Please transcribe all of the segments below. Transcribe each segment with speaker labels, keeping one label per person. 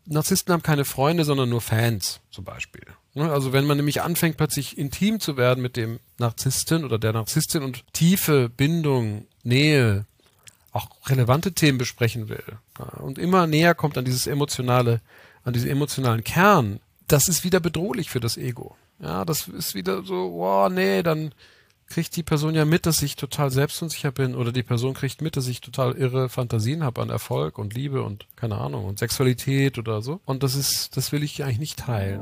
Speaker 1: Narzissten haben keine Freunde, sondern nur Fans zum Beispiel. Also wenn man nämlich anfängt, plötzlich intim zu werden mit dem Narzissten oder der Narzisstin und tiefe Bindung, Nähe, auch relevante Themen besprechen will und immer näher kommt an diesen emotionalen Kern, das ist wieder bedrohlich für das Ego. Ja, das ist wieder so, wow, nee, dann kriegt die Person ja mit, dass ich total selbstunsicher bin oder die Person kriegt mit, dass ich total irre Fantasien habe an Erfolg und Liebe und keine Ahnung und Sexualität oder so. Und das will ich eigentlich nicht teilen.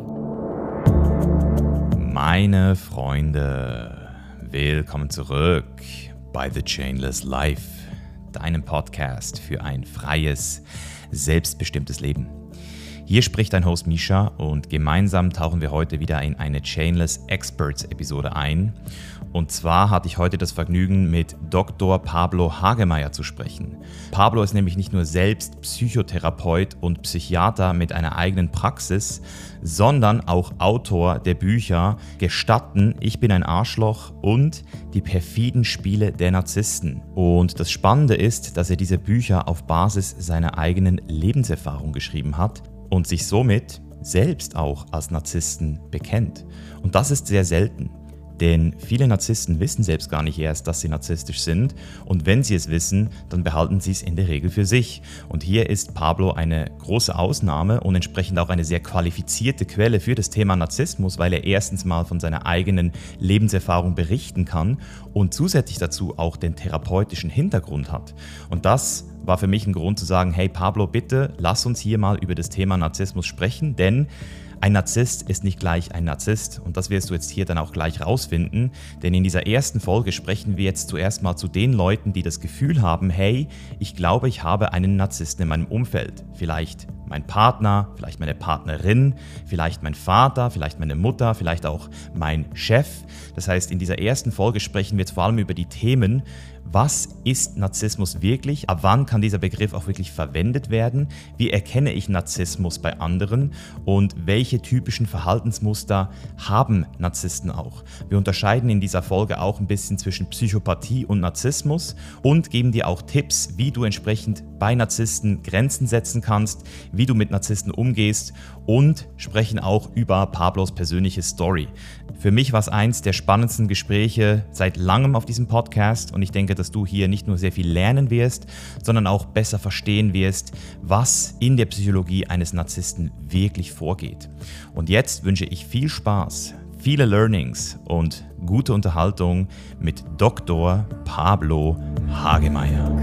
Speaker 2: Meine Freunde, willkommen zurück bei The Chainless Life, deinem Podcast für ein freies, selbstbestimmtes Leben. Hier spricht dein Host Misha und gemeinsam tauchen wir heute wieder in eine Chainless Experts Episode ein. Und zwar hatte ich heute das Vergnügen, mit Dr. Pablo Hagemeyer zu sprechen. Pablo ist nämlich nicht nur selbst Psychotherapeut und Psychiater mit einer eigenen Praxis, sondern auch Autor der Bücher Gestatten, ich bin ein Arschloch und Die perfiden Spiele der Narzissten. Und das Spannende ist, dass er diese Bücher auf Basis seiner eigenen Lebenserfahrung geschrieben hat und sich somit selbst auch als Narzissten bekennt. Und das ist sehr selten. Denn viele Narzissten wissen selbst gar nicht erst, dass sie narzisstisch sind. Und wenn sie es wissen, dann behalten sie es in der Regel für sich. Und hier ist Pablo eine große Ausnahme und entsprechend auch eine sehr qualifizierte Quelle für das Thema Narzissmus, weil er erstens mal von seiner eigenen Lebenserfahrung berichten kann und zusätzlich dazu auch den therapeutischen Hintergrund hat. Und das war für mich ein Grund zu sagen, hey Pablo, bitte lass uns hier mal über das Thema Narzissmus sprechen, denn ein Narzisst ist nicht gleich ein Narzisst und das wirst du jetzt hier dann auch gleich rausfinden, denn in dieser ersten Folge sprechen wir jetzt zuerst mal zu den Leuten, die das Gefühl haben, hey, ich glaube, ich habe einen Narzissten in meinem Umfeld. Vielleicht mein Partner, vielleicht meine Partnerin, vielleicht mein Vater, vielleicht meine Mutter, vielleicht auch mein Chef. Das heißt, in dieser ersten Folge sprechen wir jetzt vor allem über die Themen, was ist Narzissmus wirklich? Ab wann kann dieser Begriff auch wirklich verwendet werden? Wie erkenne ich Narzissmus bei anderen? Und welche typischen Verhaltensmuster haben Narzissten auch? Wir unterscheiden in dieser Folge auch ein bisschen zwischen Psychopathie und Narzissmus und geben dir auch Tipps, wie du entsprechend bei Narzissten Grenzen setzen kannst, wie du mit Narzissten umgehst und sprechen auch über Pablos persönliche Story. Für mich war es eins der spannendsten Gespräche seit langem auf diesem Podcast und ich denke, dass du hier nicht nur sehr viel lernen wirst, sondern auch besser verstehen wirst, was in der Psychologie eines Narzissten wirklich vorgeht. Und jetzt wünsche ich viel Spaß, viele Learnings und gute Unterhaltung mit Dr. Pablo Hagemeyer.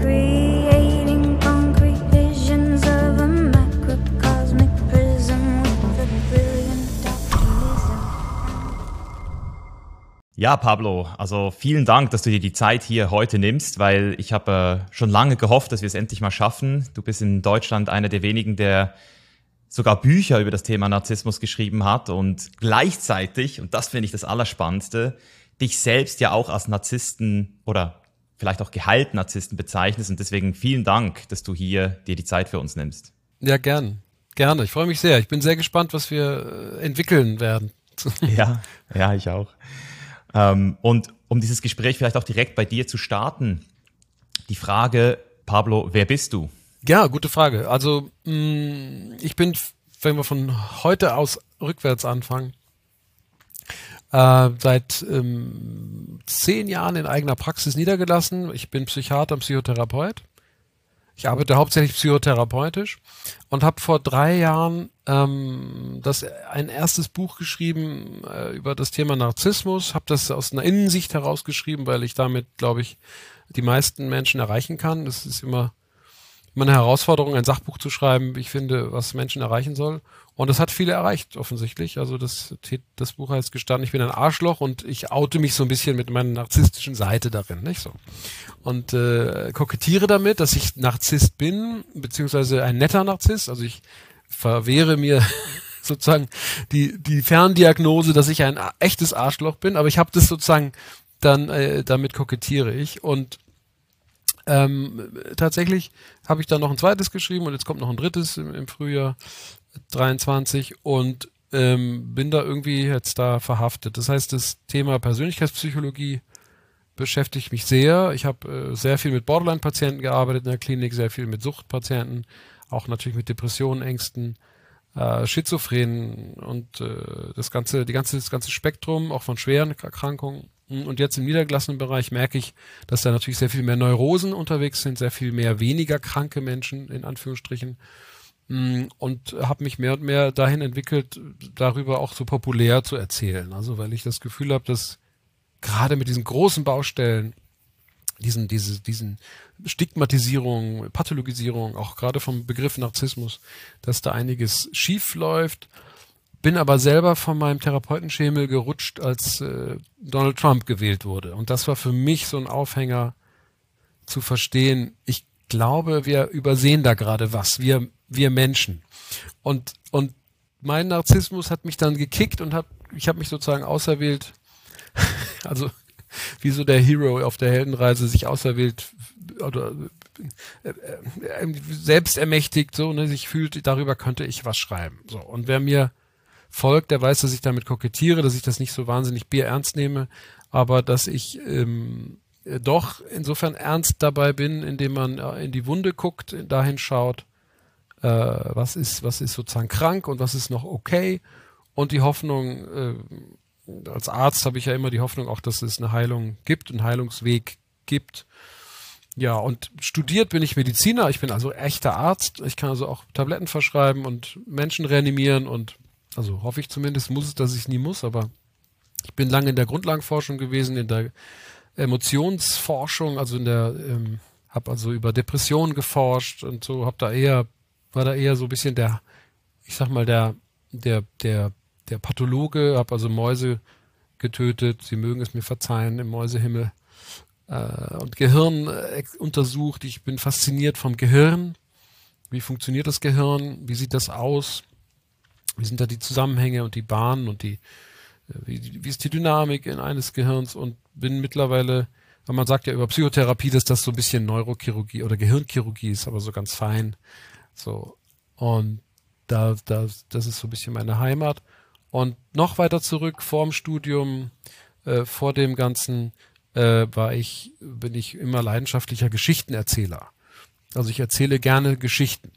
Speaker 2: Ja, Pablo, also vielen Dank, dass du dir die Zeit hier heute nimmst, weil ich habe schon lange gehofft, dass wir es endlich mal schaffen. Du bist in Deutschland einer der wenigen, der sogar Bücher über das Thema Narzissmus geschrieben hat und gleichzeitig, und das finde ich das Allerspannendste, dich selbst ja auch als Narzissten oder vielleicht auch geheilten Narzissten bezeichnest und deswegen vielen Dank, dass du hier dir die Zeit für uns nimmst.
Speaker 1: Ja, gerne. Ich freue mich sehr. Ich bin sehr gespannt, was wir entwickeln werden.
Speaker 2: Ja, ich auch. Und um dieses Gespräch vielleicht auch direkt bei dir zu starten, die Frage, Pablo, wer bist du?
Speaker 1: Ja, gute Frage. Also ich bin, wenn wir von heute aus rückwärts anfangen, seit 10 Jahren in eigener Praxis niedergelassen. Ich bin Psychiater und Psychotherapeut. Ich arbeite hauptsächlich psychotherapeutisch und habe vor 3 Jahren ein erstes Buch geschrieben über das Thema Narzissmus, habe das aus einer Innensicht herausgeschrieben, weil ich damit, glaube ich, die meisten Menschen erreichen kann. Das ist immer eine Herausforderung, ein Sachbuch zu schreiben, ich finde, was Menschen erreichen soll. Und das hat viele erreicht, offensichtlich. Also das Buch heißt Gestanden, ich bin ein Arschloch und ich oute mich so ein bisschen mit meiner narzisstischen Seite darin, nicht so. Und kokettiere damit, dass ich Narzisst bin, beziehungsweise ein netter Narzisst. Also ich verwehre mir sozusagen die Ferndiagnose, dass ich ein echtes Arschloch bin, aber ich habe das sozusagen dann, damit kokettiere ich und tatsächlich habe ich dann noch ein zweites geschrieben und jetzt kommt noch ein drittes im Frühjahr 23 und bin da irgendwie jetzt da verhaftet. Das heißt, das Thema Persönlichkeitspsychologie beschäftigt mich sehr. Ich habe sehr viel mit Borderline-Patienten gearbeitet in der Klinik, sehr viel mit Suchtpatienten, auch natürlich mit Depressionen, Ängsten, Schizophren und das ganze Spektrum auch von schweren Erkrankungen. Und jetzt im niedergelassenen Bereich merke ich, dass da natürlich sehr viel mehr Neurosen unterwegs sind, sehr viel mehr weniger kranke Menschen in Anführungsstrichen, und habe mich mehr und mehr dahin entwickelt, darüber auch so populär zu erzählen. Also weil ich das Gefühl habe, dass gerade mit diesen großen Baustellen, diesen Stigmatisierung, Pathologisierung, auch gerade vom Begriff Narzissmus, dass da einiges schief läuft. Bin aber selber von meinem Therapeutenschemel gerutscht, als Donald Trump gewählt wurde. Und das war für mich so ein Aufhänger zu verstehen, ich glaube, wir übersehen da gerade was, wir Menschen. Und mein Narzissmus hat mich dann gekickt und ich habe mich sozusagen auserwählt, also wie so der Hero auf der Heldenreise sich auserwählt oder selbst ermächtigt, so, ne, sich fühlt, darüber könnte ich was schreiben. So. Und wer mir folgt, der weiß, dass ich damit kokettiere, dass ich das nicht so wahnsinnig bierernst nehme, aber dass ich doch insofern ernst dabei bin, indem man in die Wunde guckt, dahin schaut, was ist sozusagen krank und was ist noch okay, und die Hoffnung, als Arzt habe ich ja immer die Hoffnung auch, dass es eine Heilung gibt, einen Heilungsweg gibt. Ja, und studiert bin ich Mediziner, ich bin also echter Arzt, ich kann also auch Tabletten verschreiben und Menschen reanimieren, und also hoffe ich zumindest, muss es, dass ich es nie muss, aber ich bin lange in der Grundlagenforschung gewesen, in der Emotionsforschung, also habe also über Depressionen geforscht und so, war da eher so ein bisschen der Pathologe, habe also Mäuse getötet, Sie mögen es mir verzeihen, im Mäusehimmel, und Gehirn untersucht. Ich bin fasziniert vom Gehirn. Wie funktioniert das Gehirn? Wie sieht das aus? Wie sind da die Zusammenhänge und die Bahnen und wie ist die Dynamik in eines Gehirns, und bin mittlerweile, weil man sagt ja über Psychotherapie, dass das so ein bisschen Neurochirurgie oder Gehirnchirurgie ist, aber so ganz fein. So. Und das ist so ein bisschen meine Heimat. Und noch weiter zurück, vor dem Studium, vor dem Ganzen, bin ich immer leidenschaftlicher Geschichtenerzähler. Also ich erzähle gerne Geschichten.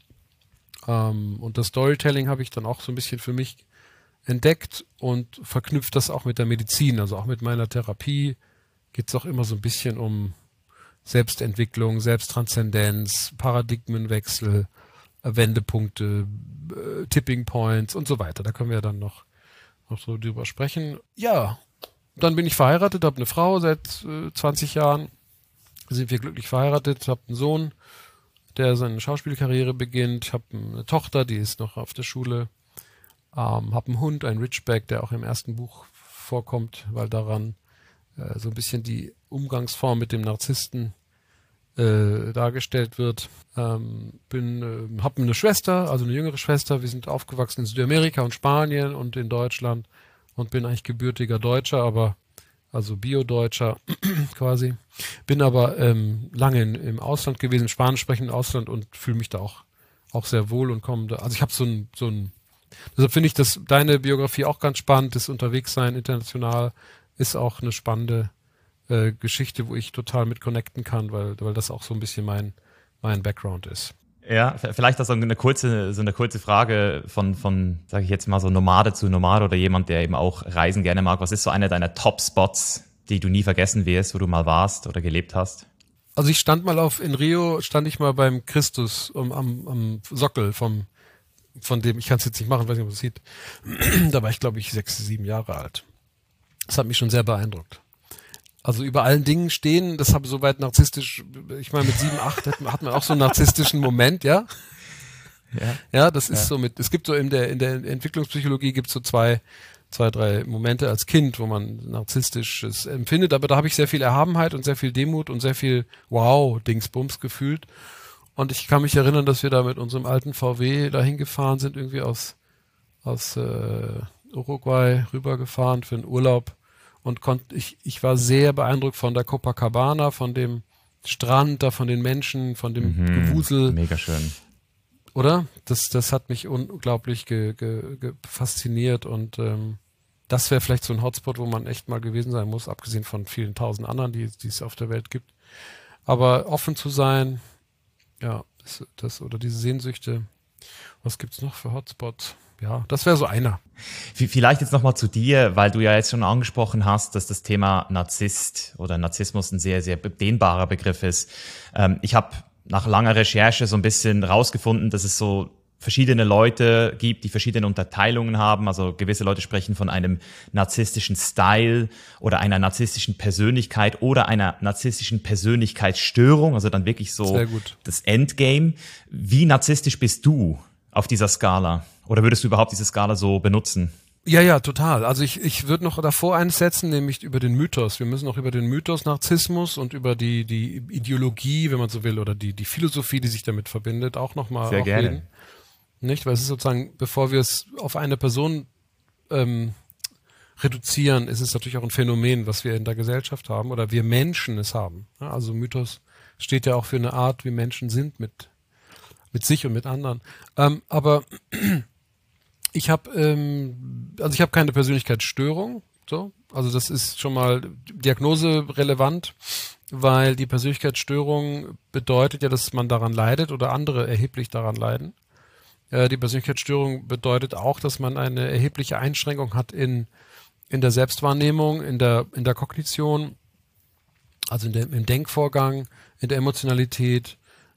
Speaker 1: Und das Storytelling habe ich dann auch so ein bisschen für mich entdeckt und verknüpft das auch mit der Medizin. Also auch mit meiner Therapie geht es auch immer so ein bisschen um Selbstentwicklung, Selbsttranszendenz, Paradigmenwechsel, Wendepunkte, Tipping Points und so weiter. Da können wir dann noch so drüber sprechen. Ja, dann bin ich verheiratet, habe eine Frau seit 20 Jahren, sind wir glücklich verheiratet, habe einen Sohn, der seine Schauspielkarriere beginnt, habe eine Tochter, die ist noch auf der Schule, habe einen Hund, einen Ridgeback, der auch im ersten Buch vorkommt, weil daran so ein bisschen die Umgangsform mit dem Narzissten dargestellt wird. Habe eine Schwester, also eine jüngere Schwester. Wir sind aufgewachsen in Südamerika und Spanien und in Deutschland und bin eigentlich gebürtiger Deutscher, also Bio-Deutscher quasi. Bin aber lange im Ausland gewesen, Spanisch sprechend im Ausland, und fühle mich da auch sehr wohl und komme da. Also ich habe deshalb finde ich deine Biografie auch ganz spannend. Das Unterwegssein international ist auch eine spannende Geschichte, wo ich total mit connecten kann, weil das auch so ein bisschen mein Background ist.
Speaker 2: Ja, vielleicht auch so eine kurze Frage von, sage ich jetzt mal, so Nomade zu Nomade oder jemand, der eben auch Reisen gerne mag. Was ist so einer deiner Top-Spots, die du nie vergessen wirst, wo du mal warst oder gelebt hast?
Speaker 1: Also ich stand in Rio beim Christus am Sockel von dem, ich kann es jetzt nicht machen, weiß nicht, ob man es sieht. Da war ich, glaube ich, 6, 7 Jahre alt. Das hat mich schon sehr beeindruckt. Also über allen Dingen stehen, das habe soweit narzisstisch, ich meine mit 7, 8 hat man auch so einen narzisstischen Moment, ja? Ja, das ist so es gibt so in der Entwicklungspsychologie gibt es so zwei, 3 Momente als Kind, wo man Narzisstisches empfindet, aber da habe ich sehr viel Erhabenheit und sehr viel Demut und sehr viel Wow-Dingsbums gefühlt. Und ich kann mich erinnern, dass wir da mit unserem alten VW dahin gefahren sind, irgendwie aus Uruguay rübergefahren für einen Urlaub. Und ich war sehr beeindruckt von der Copacabana, von dem Strand, da von den Menschen, von dem Gewusel.
Speaker 2: Mega schön.
Speaker 1: Oder? Das hat mich unglaublich fasziniert, und das wäre vielleicht so ein Hotspot, wo man echt mal gewesen sein muss, abgesehen von vielen tausend anderen, die es auf der Welt gibt. Aber offen zu sein, ja, oder diese Sehnsüchte. Was gibt's noch für Hotspots? ja, das wäre so einer.
Speaker 2: Vielleicht jetzt nochmal zu dir, weil du ja jetzt schon angesprochen hast, dass das Thema Narzisst oder Narzissmus ein sehr, sehr dehnbarer Begriff ist. Ich habe nach langer Recherche so ein bisschen rausgefunden, dass es so verschiedene Leute gibt, die verschiedene Unterteilungen haben. Also gewisse Leute sprechen von einem narzisstischen Style oder einer narzisstischen Persönlichkeit oder einer narzisstischen Persönlichkeitsstörung. Also dann wirklich so das Endgame. Wie narzisstisch bist du auf dieser Skala? Oder würdest du überhaupt diese Skala so benutzen?
Speaker 1: Ja, total. Also ich würde noch davor eins setzen, nämlich über den Mythos. Wir müssen auch über den Mythos Narzissmus und über die Ideologie, wenn man so will, oder die Philosophie, die sich damit verbindet, auch nochmal reden. Nicht? Weil es ist sozusagen, bevor wir es auf eine Person reduzieren, ist es natürlich auch ein Phänomen, was wir in der Gesellschaft haben oder wir Menschen es haben. Ja, also Mythos steht ja auch für eine Art, wie Menschen sind mit sich und mit anderen. Aber ich habe keine Persönlichkeitsstörung. So, also das ist schon mal diagnoserelevant, weil die Persönlichkeitsstörung bedeutet ja, dass man daran leidet oder andere erheblich daran leiden. Die Persönlichkeitsstörung bedeutet auch, dass man eine erhebliche Einschränkung hat in der Selbstwahrnehmung, in der Kognition, also im Denkvorgang, in der Emotionalität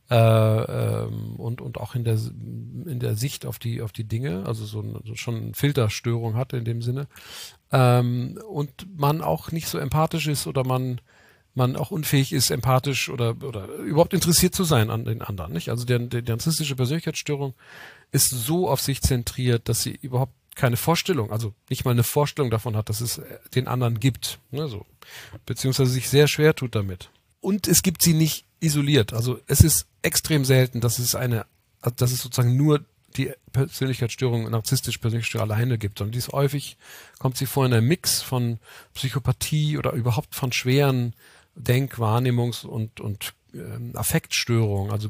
Speaker 1: und auch in der Sicht auf die Dinge, also schon eine Filterstörung hat in dem Sinne. Und man auch nicht so empathisch ist oder man auch unfähig ist, empathisch oder überhaupt interessiert zu sein an den anderen. Nicht? Also die narzisstische Persönlichkeitsstörung ist so auf sich zentriert, dass sie überhaupt keine Vorstellung, also nicht mal eine Vorstellung davon hat, dass es den anderen gibt, ne, so, beziehungsweise sich sehr schwer tut damit. Und es gibt sie nicht isoliert. Also es ist extrem selten, dass es sozusagen nur die Persönlichkeitsstörung, narzisstische Persönlichkeitsstörung alleine gibt, sondern häufig kommt sie vor in einem Mix von Psychopathie oder überhaupt von schweren Denk-, Wahrnehmungs- und Affektstörungen, also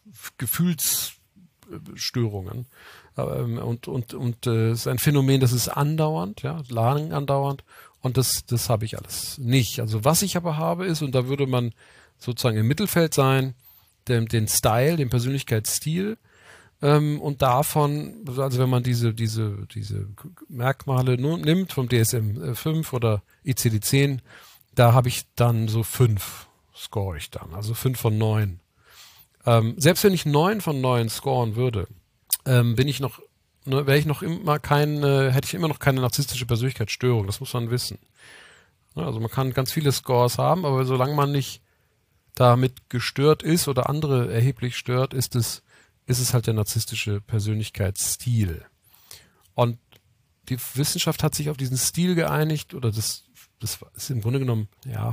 Speaker 1: Gefühlsstörungen. Und es ist ein Phänomen, das ist andauernd, ja, lang andauernd, und das habe ich alles nicht. Also was ich aber habe ist, und da würde man sozusagen im Mittelfeld sein, den Style, den Persönlichkeitsstil, und davon, also wenn man diese Merkmale nimmt vom DSM-5 oder ICD-10, da habe ich dann so 5, score ich dann, also 5 von 9. Selbst wenn ich 9 von 9 scoren würde, hätte ich immer noch keine narzisstische Persönlichkeitsstörung, das muss man wissen. Also man kann ganz viele Scores haben, aber solange man nicht damit gestört ist oder andere erheblich stört, ist es halt der narzisstische Persönlichkeitsstil. Und die Wissenschaft hat sich auf diesen Stil geeinigt, oder das ist im Grunde genommen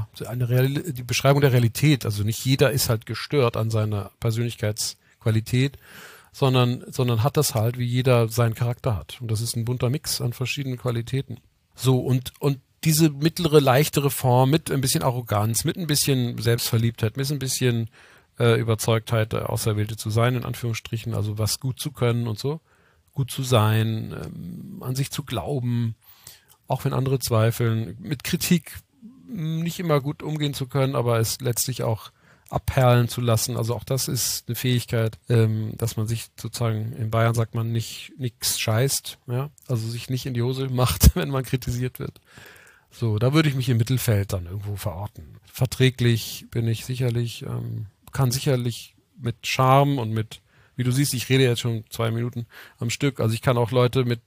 Speaker 1: die Beschreibung der Realität. Also nicht jeder ist halt gestört an seiner Persönlichkeitsqualität, sondern hat das halt, wie jeder seinen Charakter hat. Und das ist ein bunter Mix an verschiedenen Qualitäten. So, und diese mittlere, leichtere Form mit ein bisschen Arroganz, mit ein bisschen Selbstverliebtheit, mit ein bisschen Überzeugtheit, der Auserwählte zu sein, in Anführungsstrichen, also was gut zu können und so, gut zu sein, an sich zu glauben, auch wenn andere zweifeln, mit Kritik nicht immer gut umgehen zu können, aber es letztlich auch abperlen zu lassen. Also auch das ist eine Fähigkeit, dass man sich sozusagen, in Bayern sagt man, nichts scheißt, ja, also sich nicht in die Hose macht, wenn man kritisiert wird. So, da würde ich mich im Mittelfeld dann irgendwo verorten. Verträglich bin ich sicherlich, kann sicherlich mit Charme und mit, wie du siehst, ich rede jetzt schon 2 Minuten am Stück, also ich kann auch Leute mit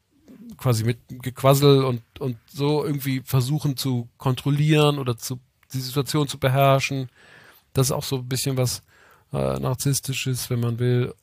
Speaker 1: Gequassel und so irgendwie versuchen zu kontrollieren oder die Situation zu beherrschen. Das ist auch so ein bisschen was Narzisstisches, wenn man will.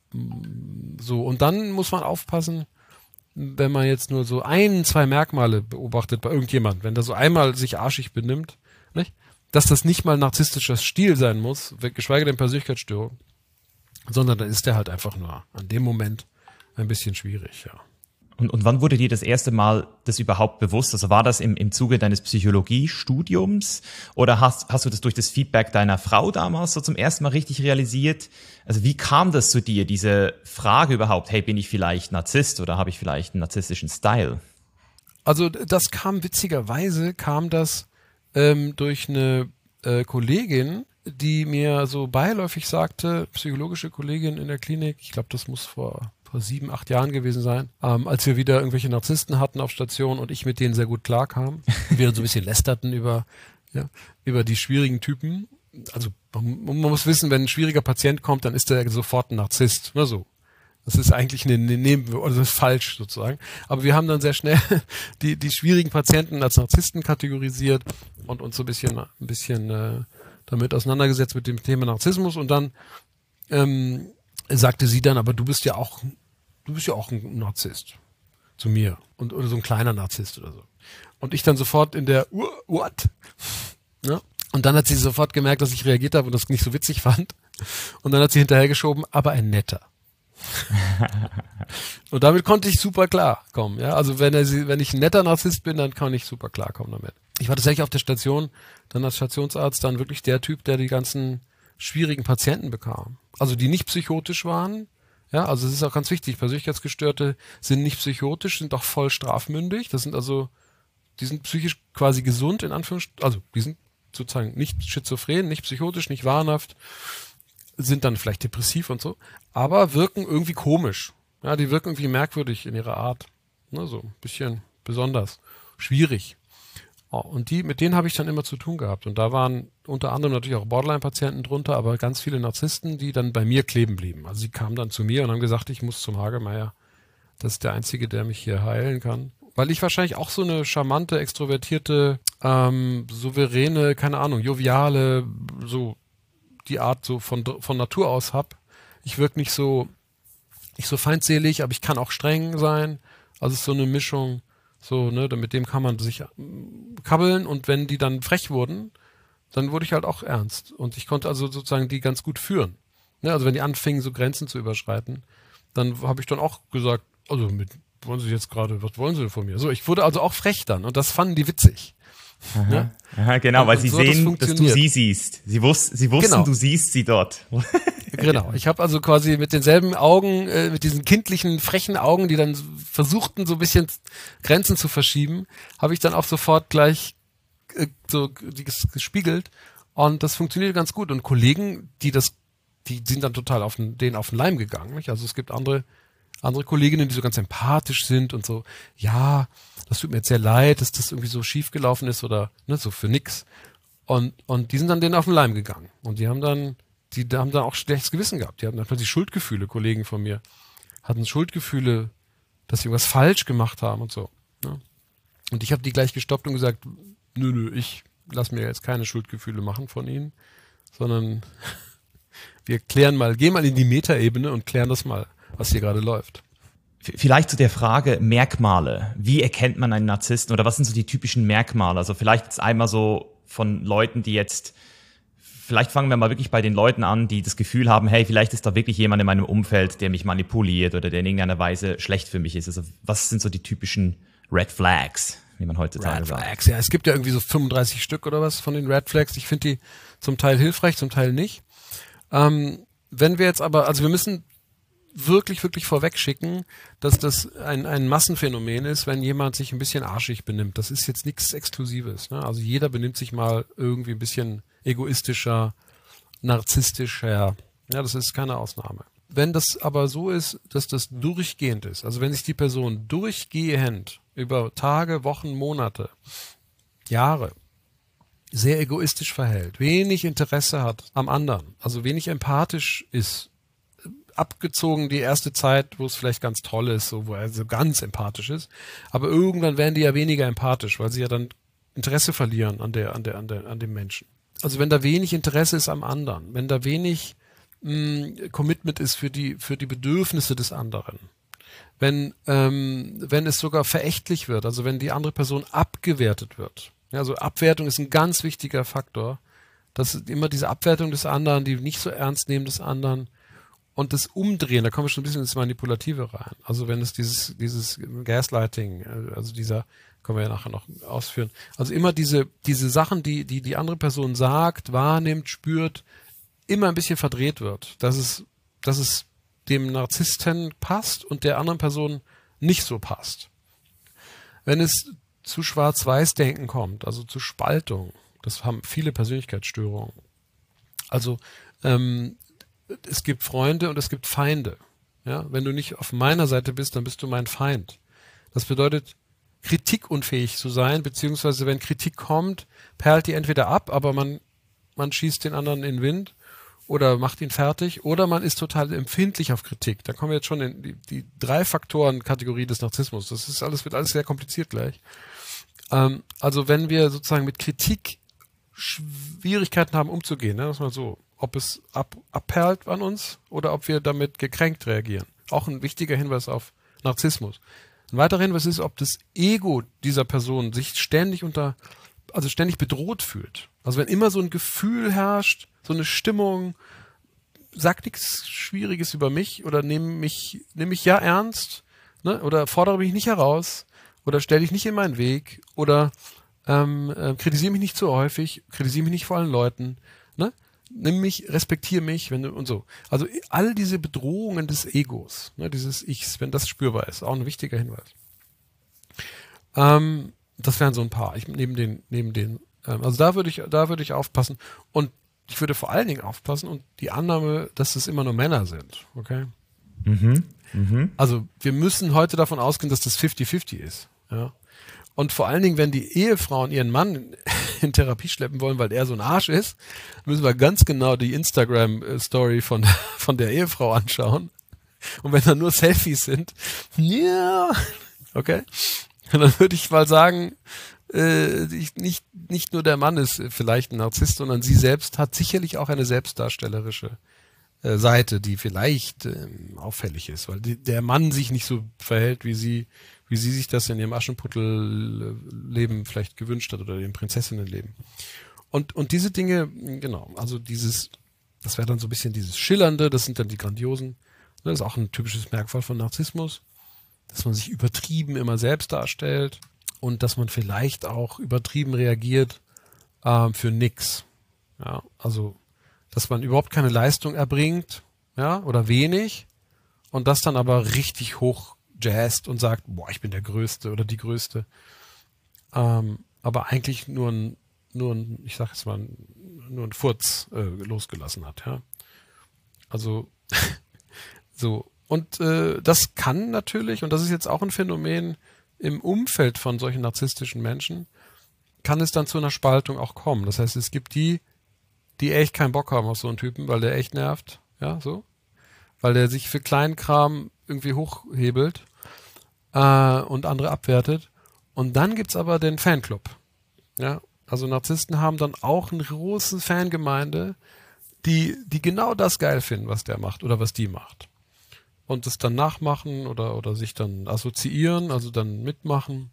Speaker 1: So, und dann muss man aufpassen, wenn man jetzt nur so 1-2 Merkmale beobachtet bei irgendjemandem, wenn der so einmal sich arschig benimmt, nicht? Dass das nicht mal narzisstischer Stil sein muss, geschweige denn Persönlichkeitsstörung, sondern dann ist der halt einfach nur an dem Moment ein bisschen schwierig, ja.
Speaker 2: Und wann wurde dir das erste Mal das überhaupt bewusst? Also war das im Zuge deines Psychologiestudiums oder hast du das durch das Feedback deiner Frau damals so zum ersten Mal richtig realisiert? Also wie kam das zu dir, diese Frage überhaupt, hey, bin ich vielleicht Narzisst oder habe ich vielleicht einen narzisstischen Style?
Speaker 1: Also das kam durch eine Kollegin, die mir so beiläufig sagte, psychologische Kollegin in der Klinik, ich glaube, das muss vor vor 7, 8 Jahren gewesen sein, als wir wieder irgendwelche Narzissten hatten auf Station und ich mit denen sehr gut klarkam. Wir so ein bisschen lästerten über die schwierigen Typen. Also man muss wissen, wenn ein schwieriger Patient kommt, dann ist der sofort ein Narzisst. Oder so. Das ist eigentlich das ist falsch sozusagen. Aber wir haben dann sehr schnell die schwierigen Patienten als Narzissten kategorisiert und uns so ein bisschen damit auseinandergesetzt mit dem Thema Narzissmus. Und dann sagte sie dann, aber du bist ja auch ein Narzisst zu mir oder so ein kleiner Narzisst oder so. Und ich dann sofort in der what? Ja? Und dann hat sie sofort gemerkt, dass ich reagiert habe und das nicht so witzig fand. Und dann hat sie hinterhergeschoben, aber ein netter. Und damit konnte ich super klarkommen. Ja? Also wenn ich ein netter Narzisst bin, dann kann ich super klarkommen damit. Ich war tatsächlich auf der Station, dann als Stationsarzt, dann wirklich der Typ, der die ganzen schwierigen Patienten bekam. Also die nicht psychotisch waren. Ja, also es ist auch ganz wichtig, Persönlichkeitsgestörte sind nicht psychotisch, sind auch voll strafmündig. Die sind psychisch quasi gesund, in Anführungsstrichen, also die sind sozusagen nicht schizophren, nicht psychotisch, nicht wahnhaft, sind dann vielleicht depressiv und so, aber wirken irgendwie komisch. Ja, die wirken irgendwie merkwürdig in ihrer Art. Ne, so ein bisschen besonders, schwierig. Oh, und mit denen habe ich dann immer zu tun gehabt. Und da waren unter anderem natürlich auch Borderline-Patienten drunter, aber ganz viele Narzissten, die dann bei mir kleben blieben. Also sie kamen dann zu mir und haben gesagt, ich muss zum Hagemeyer. Das ist der Einzige, der mich hier heilen kann. Weil ich wahrscheinlich auch so eine charmante, extrovertierte, souveräne, keine Ahnung, joviale, so die Art so von Natur aus hab. Ich wirke nicht so feindselig, aber ich kann auch streng sein. Also es ist so eine Mischung, so, ne, mit dem kann man sich kabbeln und wenn die dann frech wurden, dann wurde ich halt auch ernst. Und ich konnte also sozusagen die ganz gut führen. Ne, also wenn die anfingen, so Grenzen zu überschreiten, dann habe ich dann auch gesagt, also was wollen Sie denn von mir? So, ich wurde also auch frech dann und das fanden die witzig.
Speaker 2: Aha,
Speaker 1: ja?
Speaker 2: Aha, genau, weil sie sehen, dass du sie siehst. Sie wussten,
Speaker 1: genau.
Speaker 2: Du siehst sie dort.
Speaker 1: Genau, ich habe also quasi mit denselben Augen, mit diesen kindlichen, frechen Augen, die dann versuchten, so ein bisschen Grenzen zu verschieben, habe ich dann auch sofort gleich gespiegelt und das funktioniert ganz gut. Und Kollegen, die sind dann total auf den Leim gegangen. Nicht? Also es gibt andere Kolleginnen, die so ganz empathisch sind und so, ja, das tut mir jetzt sehr leid, dass das irgendwie so schief gelaufen ist oder ne, so für nix. Und die sind dann denen auf den Leim gegangen. Und die haben dann auch schlechtes Gewissen gehabt. Die hatten dann plötzlich Schuldgefühle, Kollegen von mir, hatten Schuldgefühle, dass sie irgendwas falsch gemacht haben und so. Ne? Und ich habe die gleich gestoppt und gesagt, nö, ich lasse mir jetzt keine Schuldgefühle machen von ihnen, sondern wir gehen mal in die Metaebene und klären das mal, was hier gerade läuft.
Speaker 2: Vielleicht zu der Frage Merkmale. Wie erkennt man einen Narzissten oder was sind so die typischen Merkmale? Also vielleicht jetzt einmal so von Leuten, vielleicht fangen wir mal wirklich bei den Leuten an, die das Gefühl haben, hey, vielleicht ist da wirklich jemand in meinem Umfeld, der mich manipuliert oder der in irgendeiner Weise schlecht für mich ist. Also was sind so die typischen Red Flags, wie man heutzutage sagt?
Speaker 1: Red Flags, ja, es gibt ja irgendwie so 35 Stück oder was von den Red Flags. Ich finde die zum Teil hilfreich, zum Teil nicht. Wenn wir jetzt aber, also wir müssen wirklich, wirklich vorweg schicken, dass das ein Massenphänomen ist, wenn jemand sich ein bisschen arschig benimmt. Das ist jetzt nichts Exklusives. Ne? Also jeder benimmt sich mal irgendwie ein bisschen egoistischer, narzisstischer. Ja, das ist keine Ausnahme. Wenn das aber so ist, dass das durchgehend ist, also wenn sich die Person durchgehend über Tage, Wochen, Monate, Jahre sehr egoistisch verhält, wenig Interesse hat am anderen, also wenig empathisch ist, abgezogen die erste Zeit, wo es vielleicht ganz toll ist, so, wo er so ganz empathisch ist, aber irgendwann werden die ja weniger empathisch, weil sie ja dann Interesse verlieren an dem Menschen. Also wenn da wenig Interesse ist am anderen, wenn da wenig Commitment ist für die Bedürfnisse des anderen, wenn es sogar verächtlich wird, also wenn die andere Person abgewertet wird. Ja, also Abwertung ist ein ganz wichtiger Faktor, dass immer diese Abwertung des anderen, die nicht so ernst nehmen des anderen, und das Umdrehen, da kommen wir schon ein bisschen ins Manipulative rein. Also wenn es dieses Gaslighting, also können wir ja nachher noch ausführen. Also immer diese Sachen, die andere Person sagt, wahrnimmt, spürt, immer ein bisschen verdreht wird. Dass es dem Narzissten passt und der anderen Person nicht so passt. Wenn es zu Schwarz-Weiß-Denken kommt, also zu Spaltung, das haben viele Persönlichkeitsstörungen. Also es gibt Freunde und es gibt Feinde. Ja, wenn du nicht auf meiner Seite bist, dann bist du mein Feind. Das bedeutet, kritikunfähig zu sein, beziehungsweise wenn Kritik kommt, perlt die entweder ab, aber man schießt den anderen in den Wind oder macht ihn fertig, oder man ist total empfindlich auf Kritik. Da kommen wir jetzt schon in die 3-Faktoren-Kategorie des Narzissmus. Das ist alles, wird alles sehr kompliziert gleich. Also wenn wir sozusagen mit Kritik Schwierigkeiten haben umzugehen, ne, das mal so, ob es abperlt an uns oder ob wir damit gekränkt reagieren. Auch ein wichtiger Hinweis auf Narzissmus. Ein weiterer Hinweis ist, ob das Ego dieser Person sich ständig ständig bedroht fühlt. Also wenn immer so ein Gefühl herrscht, so eine Stimmung, sag nichts Schwieriges über mich oder nimm mich ja ernst, ne, oder fordere mich nicht heraus oder stell dich nicht in meinen Weg oder kritisiere mich nicht zu häufig, kritisiere mich nicht vor allen Leuten, ne? Nimm mich, respektiere mich, wenn du und so. Also all diese Bedrohungen des Egos, ne, dieses Ichs, wenn das spürbar ist, auch ein wichtiger Hinweis. Das wären so ein paar. Also da würde ich aufpassen und ich würde vor allen Dingen aufpassen und die Annahme, dass es immer nur Männer sind, okay? Also wir müssen heute davon ausgehen, dass das 50-50 ist, ja. Und vor allen Dingen, wenn die Ehefrauen ihren Mann in Therapie schleppen wollen, weil der so ein Arsch ist, müssen wir ganz genau die Instagram-Story von der Ehefrau anschauen. Und wenn da nur Selfies sind, ja, okay, dann würde ich mal sagen, nicht nur der Mann ist vielleicht ein Narzisst, sondern sie selbst hat sicherlich auch eine selbstdarstellerische Seite, die vielleicht auffällig ist, weil der Mann sich nicht so verhält, wie sie sich das in ihrem Aschenputtel-Leben vielleicht gewünscht hat oder im Prinzessinnenleben. Und diese Dinge, genau, also das wäre dann so ein bisschen dieses Schillernde, das sind dann die Grandiosen. Das ist auch ein typisches Merkmal von Narzissmus, dass man sich übertrieben immer selbst darstellt und dass man vielleicht auch übertrieben reagiert für nix. Ja, also, dass man überhaupt keine Leistung erbringt, ja, oder wenig und das dann aber richtig hoch jazzt und sagt, boah, ich bin der Größte oder die Größte. Aber eigentlich nur ein Furz losgelassen hat, ja. Also, so. Und das kann natürlich, und das ist jetzt auch ein Phänomen im Umfeld von solchen narzisstischen Menschen, kann es dann zu einer Spaltung auch kommen. Das heißt, es gibt die echt keinen Bock haben auf so einen Typen, weil der echt nervt, ja, so. Weil der sich für Kleinkram irgendwie hochhebelt und andere abwertet. Und dann gibt's aber den Fanclub. Ja, also Narzissten haben dann auch eine große Fangemeinde, die genau das geil finden, was der macht oder was die macht. Und das dann nachmachen oder sich dann assoziieren, also dann mitmachen.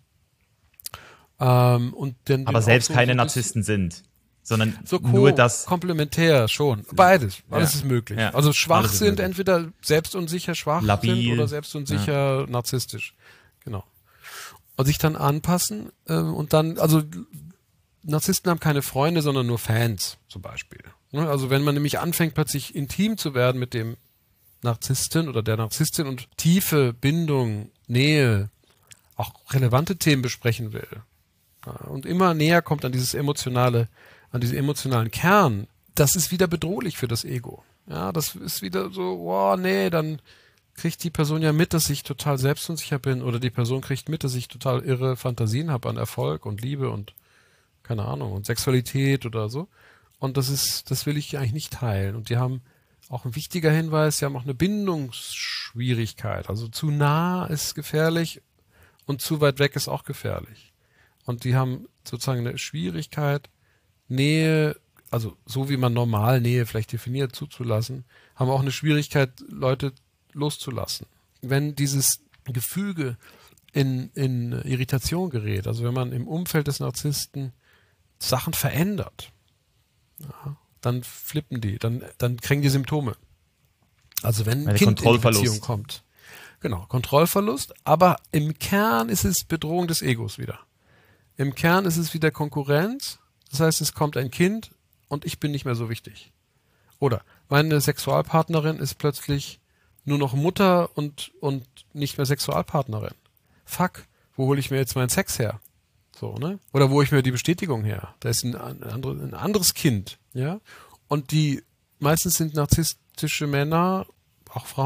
Speaker 1: Und dann
Speaker 2: aber selbst keine Narzissten sind. Sondern
Speaker 1: so
Speaker 2: nur das.
Speaker 1: Komplementär schon. Beides. Alles ist möglich.
Speaker 2: Ja.
Speaker 1: Also schwach sind, entweder selbstunsicher schwach
Speaker 2: labil
Speaker 1: sind oder selbstunsicher narzisstisch. Genau. Und sich dann anpassen und dann, also Narzissten haben keine Freunde, sondern nur Fans zum Beispiel. Also wenn man nämlich anfängt, plötzlich intim zu werden mit dem Narzissten oder der Narzisstin und tiefe Bindung, Nähe, auch relevante Themen besprechen will und immer näher kommt an diesen emotionalen Kern, das ist wieder bedrohlich für das Ego. Ja, das ist wieder so, wow, nee, dann kriegt die Person ja mit, dass ich total selbstunsicher bin oder die Person kriegt mit, dass ich total irre Fantasien habe an Erfolg und Liebe und keine Ahnung und Sexualität oder so. Und das will ich eigentlich nicht teilen. Und die haben auch ein wichtiger Hinweis, sie haben auch eine Bindungsschwierigkeit. Also zu nah ist gefährlich und zu weit weg ist auch gefährlich. Und die haben sozusagen eine Schwierigkeit, Nähe, also so wie man normal Nähe vielleicht definiert, zuzulassen, haben auch eine Schwierigkeit, Leute loszulassen. Wenn dieses Gefüge in Irritation gerät, also wenn man im Umfeld des Narzissten Sachen verändert, ja, dann flippen die, dann kriegen die Symptome. Also wenn ein Kind in die Beziehung kommt. Genau, Kontrollverlust, aber im Kern ist es Bedrohung des Egos wieder. Im Kern ist es wieder Konkurrenz, das heißt, es kommt ein Kind und ich bin nicht mehr so wichtig. Oder meine Sexualpartnerin ist plötzlich nur noch Mutter und nicht mehr Sexualpartnerin. Fuck, wo hole ich mir jetzt meinen Sex her? So, ne? Oder wo hole ich mir die Bestätigung her? Da ist ein anderes Kind, ja? Und die meistens sind narzisstische Männer, auch Frauen,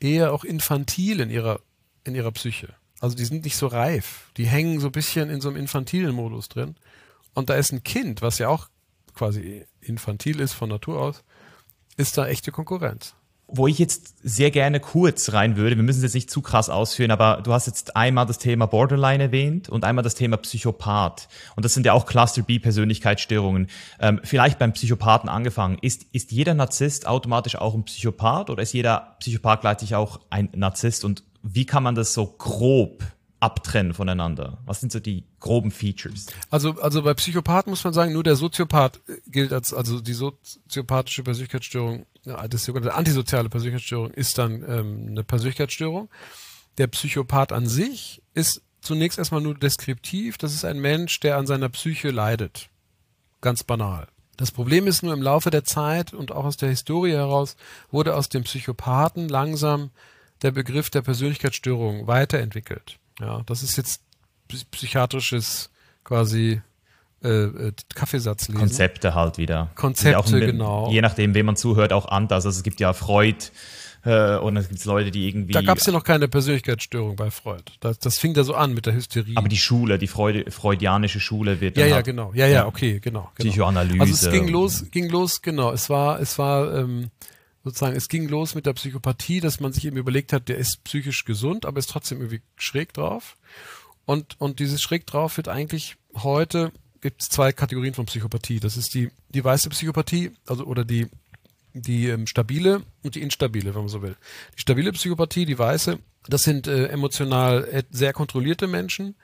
Speaker 1: eher auch infantil in ihrer Psyche. Also die sind nicht so reif. Die hängen so ein bisschen in so einem infantilen Modus drin. Und da ist ein Kind, was ja auch quasi infantil ist von Natur aus, ist da echte Konkurrenz.
Speaker 2: Wo ich jetzt sehr gerne kurz rein würde, wir müssen es jetzt nicht zu krass ausführen, aber du hast jetzt einmal das Thema Borderline erwähnt und einmal das Thema Psychopath. Und das sind ja auch Cluster-B-Persönlichkeitsstörungen. Vielleicht beim Psychopathen angefangen. Ist jeder Narzisst automatisch auch ein Psychopath oder ist jeder Psychopath gleichzeitig auch ein Narzisst? Und wie kann man das so grob abtrennen voneinander? Was sind so die groben Features?
Speaker 1: Also bei Psychopathen muss man sagen, nur der Soziopath gilt also die soziopathische Persönlichkeitsstörung, das sogenannte antisoziale Persönlichkeitsstörung ist dann eine Persönlichkeitsstörung. Der Psychopath an sich ist zunächst erstmal nur deskriptiv. Das ist ein Mensch, der an seiner Psyche leidet. Ganz banal. Das Problem ist nur, im Laufe der Zeit und auch aus der Historie heraus wurde aus dem Psychopathen langsam der Begriff der Persönlichkeitsstörung weiterentwickelt. Ja, das ist jetzt psychiatrisches quasi Kaffeesatzlesen.
Speaker 2: Konzepte halt wieder.
Speaker 1: Konzepte,
Speaker 2: auch
Speaker 1: genau.
Speaker 2: Je nachdem, wem man zuhört, auch anders. Also es gibt ja Freud und es gibt Leute, die irgendwie...
Speaker 1: Da gab es ja noch keine Persönlichkeitsstörung bei Freud. Das fing da so an mit der Hysterie.
Speaker 2: Aber die Schule, die freudianische Schule wird
Speaker 1: dann
Speaker 2: ja,
Speaker 1: halt, genau. Ja, okay, genau.
Speaker 2: Psychoanalyse.
Speaker 1: Also es ging los, genau. Es war sozusagen, es ging los mit der Psychopathie, dass man sich eben überlegt hat, der ist psychisch gesund, aber ist trotzdem irgendwie schräg drauf. Und dieses schräg drauf wird eigentlich heute, gibt es zwei Kategorien von Psychopathie. Das ist die weiße Psychopathie, also oder die stabile und die instabile, wenn man so will. Die stabile Psychopathie, die weiße, das sind emotional sehr kontrollierte Menschen,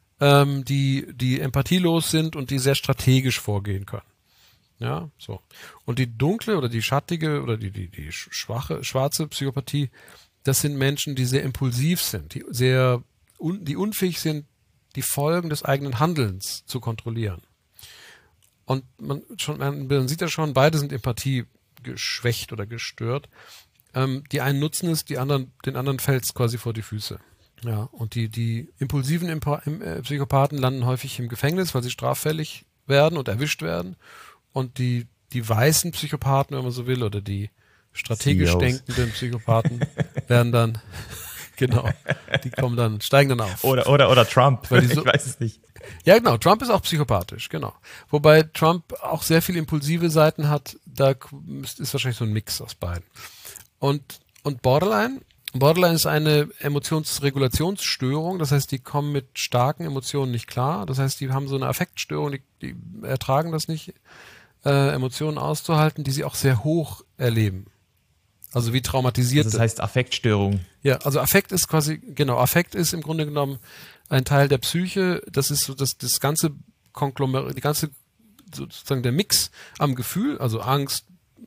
Speaker 1: die empathielos sind und die sehr strategisch vorgehen können. Ja, so. Und die dunkle oder die schattige oder die schwarze Psychopathie, das sind Menschen, die sehr impulsiv sind, die unfähig sind, die Folgen des eigenen Handelns zu kontrollieren. Und man sieht ja schon, beide sind Empathie geschwächt oder gestört. Die einen nutzen es, den anderen fällt es quasi vor die Füße. Ja, und die impulsiven Psychopathen landen häufig im Gefängnis, weil sie straffällig werden und erwischt werden. Und die weißen Psychopathen, wenn man so will, oder die strategisch denkenden Psychopathen werden dann, genau, steigen dann auf.
Speaker 2: Oder Trump,
Speaker 1: ich
Speaker 2: weiß es nicht.
Speaker 1: Ja, genau, Trump ist auch psychopathisch, genau. Wobei Trump auch sehr viele impulsive Seiten hat, da ist wahrscheinlich so ein Mix aus beiden. Und Borderline ist eine Emotionsregulationsstörung, das heißt, die kommen mit starken Emotionen nicht klar, das heißt, die haben so eine Affektstörung, die ertragen das nicht, Emotionen auszuhalten, die sie auch sehr hoch erleben. Also wie traumatisiert.
Speaker 2: Also das heißt Affektstörung.
Speaker 1: Ja, also Affekt ist Affekt ist im Grunde genommen ein Teil der Psyche, das ist so das ganze Konglomerat, sozusagen der Mix am Gefühl, also Angst,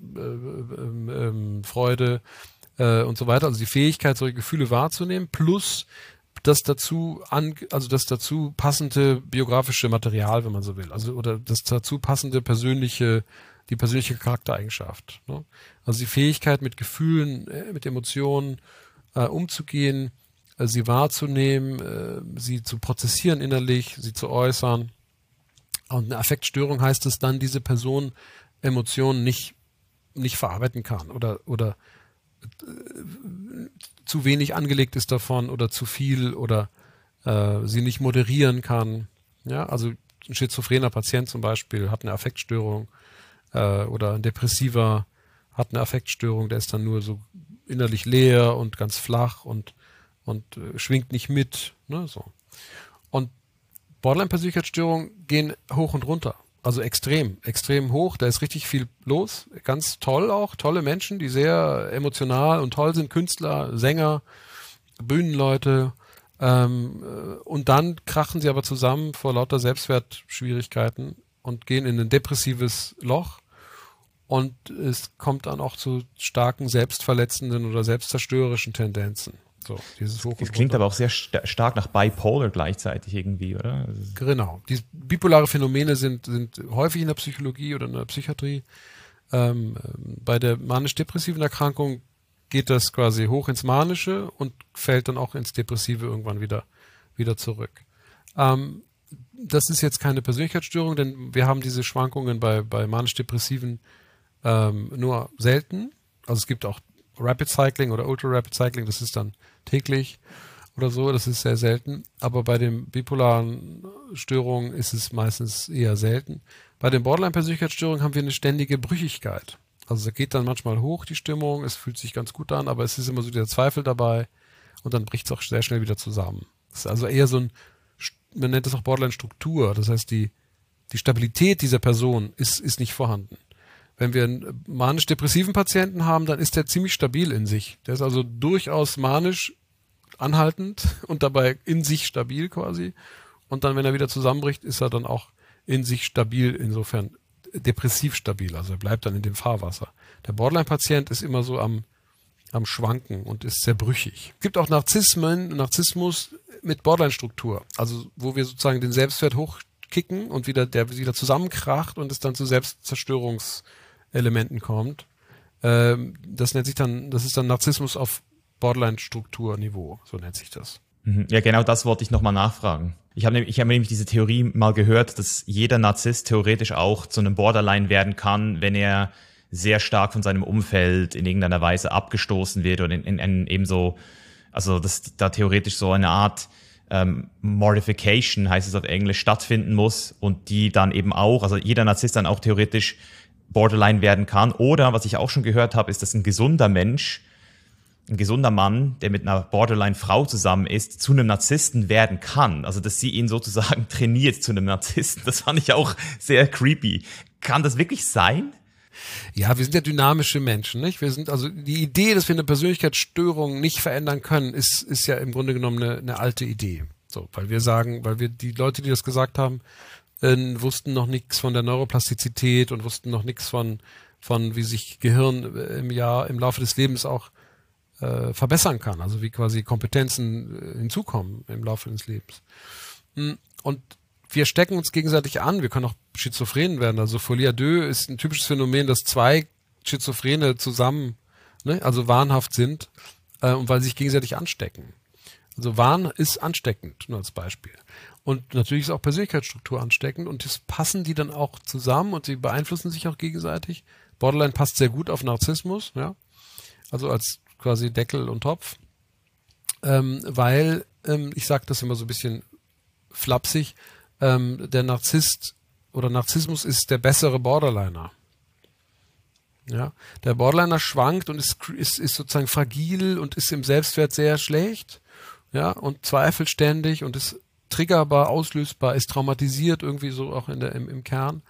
Speaker 1: Freude und so weiter, also die Fähigkeit, solche Gefühle wahrzunehmen, plus das dazu passende biografische Material, wenn man so will, also oder das dazu passende persönliche Charaktereigenschaft. Ne? Also die Fähigkeit, mit Gefühlen, mit Emotionen umzugehen, sie wahrzunehmen, sie zu prozessieren innerlich, sie zu äußern. Und eine Affektstörung heißt es dann, diese Person Emotionen nicht verarbeiten kann oder zu wenig angelegt ist davon oder zu viel oder sie nicht moderieren kann. Ja, also ein schizophrener Patient zum Beispiel hat eine Affektstörung oder ein Depressiver hat eine Affektstörung, der ist dann nur so innerlich leer und ganz flach und schwingt nicht mit. Ne, so. Und Borderline-Persönlichkeitsstörungen gehen hoch und runter. Also extrem hoch, da ist richtig viel los, ganz toll auch, tolle Menschen, die sehr emotional und toll sind, Künstler, Sänger, Bühnenleute, und dann krachen sie aber zusammen vor lauter Selbstwertschwierigkeiten und gehen in ein depressives Loch und es kommt dann auch zu starken selbstverletzenden oder selbstzerstörerischen Tendenzen. So, dieses Hoch und
Speaker 2: Das klingt aber auch sehr stark nach Bipolar gleichzeitig irgendwie, oder?
Speaker 1: Genau. Die bipolare Phänomene sind häufig in der Psychologie oder in der Psychiatrie. Bei der manisch-depressiven Erkrankung geht das quasi hoch ins Manische und fällt dann auch ins Depressive irgendwann wieder zurück. Das ist jetzt keine Persönlichkeitsstörung, denn wir haben diese Schwankungen bei manisch-depressiven nur selten. Also es gibt auch Rapid Cycling oder Ultra Rapid Cycling, das ist dann täglich oder so, das ist sehr selten. Aber bei den bipolaren Störungen ist es meistens eher selten. Bei den Borderline-Persönlichkeitsstörungen haben wir eine ständige Brüchigkeit. Also es geht dann manchmal hoch, die Stimmung, es fühlt sich ganz gut an, aber es ist immer so dieser Zweifel dabei und dann bricht es auch sehr schnell wieder zusammen. Das ist also eher so man nennt es auch Borderline-Struktur, das heißt die Stabilität dieser Person ist nicht vorhanden. Wenn wir einen manisch-depressiven Patienten haben, dann ist der ziemlich stabil in sich. Der ist also durchaus manisch anhaltend und dabei in sich stabil quasi. Und dann, wenn er wieder zusammenbricht, ist er dann auch in sich stabil, insofern depressiv stabil. Also er bleibt dann in dem Fahrwasser. Der Borderline-Patient ist immer so am Schwanken und ist sehr brüchig. Es gibt auch Narzissmus mit Borderline-Struktur. Also wo wir sozusagen den Selbstwert hochkicken und der wieder zusammenkracht und es dann zu Selbstzerstörungselementen kommt. Das ist dann Narzissmus auf Borderline-Strukturniveau, so nennt sich das.
Speaker 2: Ja, genau das wollte ich nochmal nachfragen. Ich habe nämlich diese Theorie mal gehört, dass jeder Narzisst theoretisch auch zu einem Borderline werden kann, wenn er sehr stark von seinem Umfeld in irgendeiner Weise abgestoßen wird oder in eben so, also dass da theoretisch so eine Art Mortification, heißt es auf Englisch, stattfinden muss und die dann eben auch, also jeder Narzisst dann auch theoretisch Borderline werden kann. Oder, was ich auch schon gehört habe, ist, dass ein gesunder Mann, der mit einer Borderline-Frau zusammen ist, zu einem Narzissten werden kann. Also, dass sie ihn sozusagen trainiert zu einem Narzissten. Das fand ich auch sehr creepy. Kann das wirklich sein?
Speaker 1: Ja, wir sind ja dynamische Menschen, nicht? Wir sind, also die Idee, dass wir eine Persönlichkeitsstörung nicht verändern können, ist ja im Grunde genommen eine alte Idee. So, weil wir die Leute, die das gesagt haben, wussten noch nichts von der Neuroplastizität und wussten noch nichts von wie sich Gehirn im Laufe des Lebens auch verbessern kann, also wie quasi Kompetenzen hinzukommen im Laufe des Lebens. Und wir stecken uns gegenseitig an, wir können auch schizophren werden. Also Folie à deux ist ein typisches Phänomen, dass zwei Schizophrene zusammen, also wahnhaft sind, weil sie sich gegenseitig anstecken. Also Wahn ist ansteckend, nur als Beispiel. Und natürlich ist auch Persönlichkeitsstruktur ansteckend und das passen die dann auch zusammen und sie beeinflussen sich auch gegenseitig. Borderline passt sehr gut auf Narzissmus, ja, also als quasi Deckel und Topf, weil, ich sage das immer so ein bisschen flapsig, der Narzisst oder Narzissmus ist der bessere Borderliner. Ja, der Borderliner schwankt und ist sozusagen fragil und ist im Selbstwert sehr schlecht, ja, und zweifelt ständig und ist triggerbar, auslösbar, ist traumatisiert irgendwie so auch im Kern.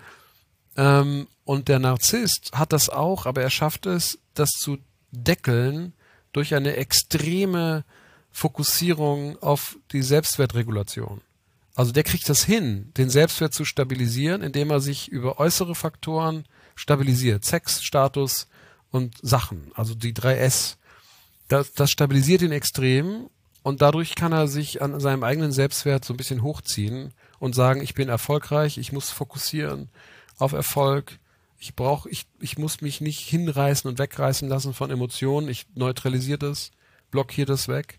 Speaker 1: Und der Narzisst hat das auch, aber er schafft es, das zu deckeln durch eine extreme Fokussierung auf die Selbstwertregulation. Also der kriegt das hin, den Selbstwert zu stabilisieren, indem er sich über äußere Faktoren stabilisiert. Sex, Status und Sachen, also die 3S. Das stabilisiert ihn extrem und dadurch kann er sich an seinem eigenen Selbstwert so ein bisschen hochziehen und sagen, ich bin erfolgreich, ich muss fokussieren auf Erfolg. Ich muss mich nicht hinreißen und wegreißen lassen von Emotionen. Ich neutralisiere das, blockiere das weg.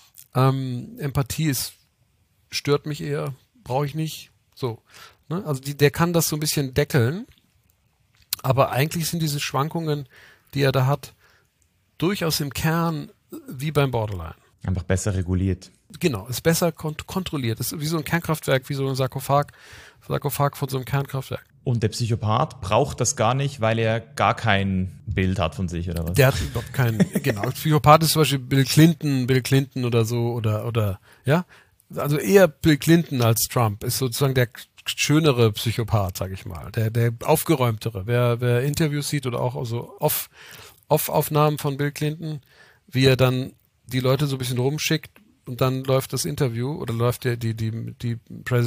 Speaker 1: Empathie stört mich eher, brauche ich nicht. So, ne? Also der kann das so ein bisschen deckeln. Aber eigentlich sind diese Schwankungen, die er da hat, durchaus im Kern wie beim Borderline.
Speaker 2: Einfach besser reguliert.
Speaker 1: Genau, ist besser kontrolliert. Ist wie so ein Kernkraftwerk, wie so ein Sarkophag von so einem Kernkraftwerk.
Speaker 2: Und der Psychopath braucht das gar nicht, weil er gar kein Bild hat von sich, oder was?
Speaker 1: Der hat überhaupt kein, genau. Psychopath ist zum Beispiel Bill Clinton oder so, oder, ja. Also eher Bill Clinton als Trump ist sozusagen der schönere Psychopath, sag ich mal. Der aufgeräumtere. Wer Interviews sieht oder auch also Aufnahmen von Bill Clinton, wie er dann die Leute so ein bisschen rumschickt und dann läuft das Interview oder läuft die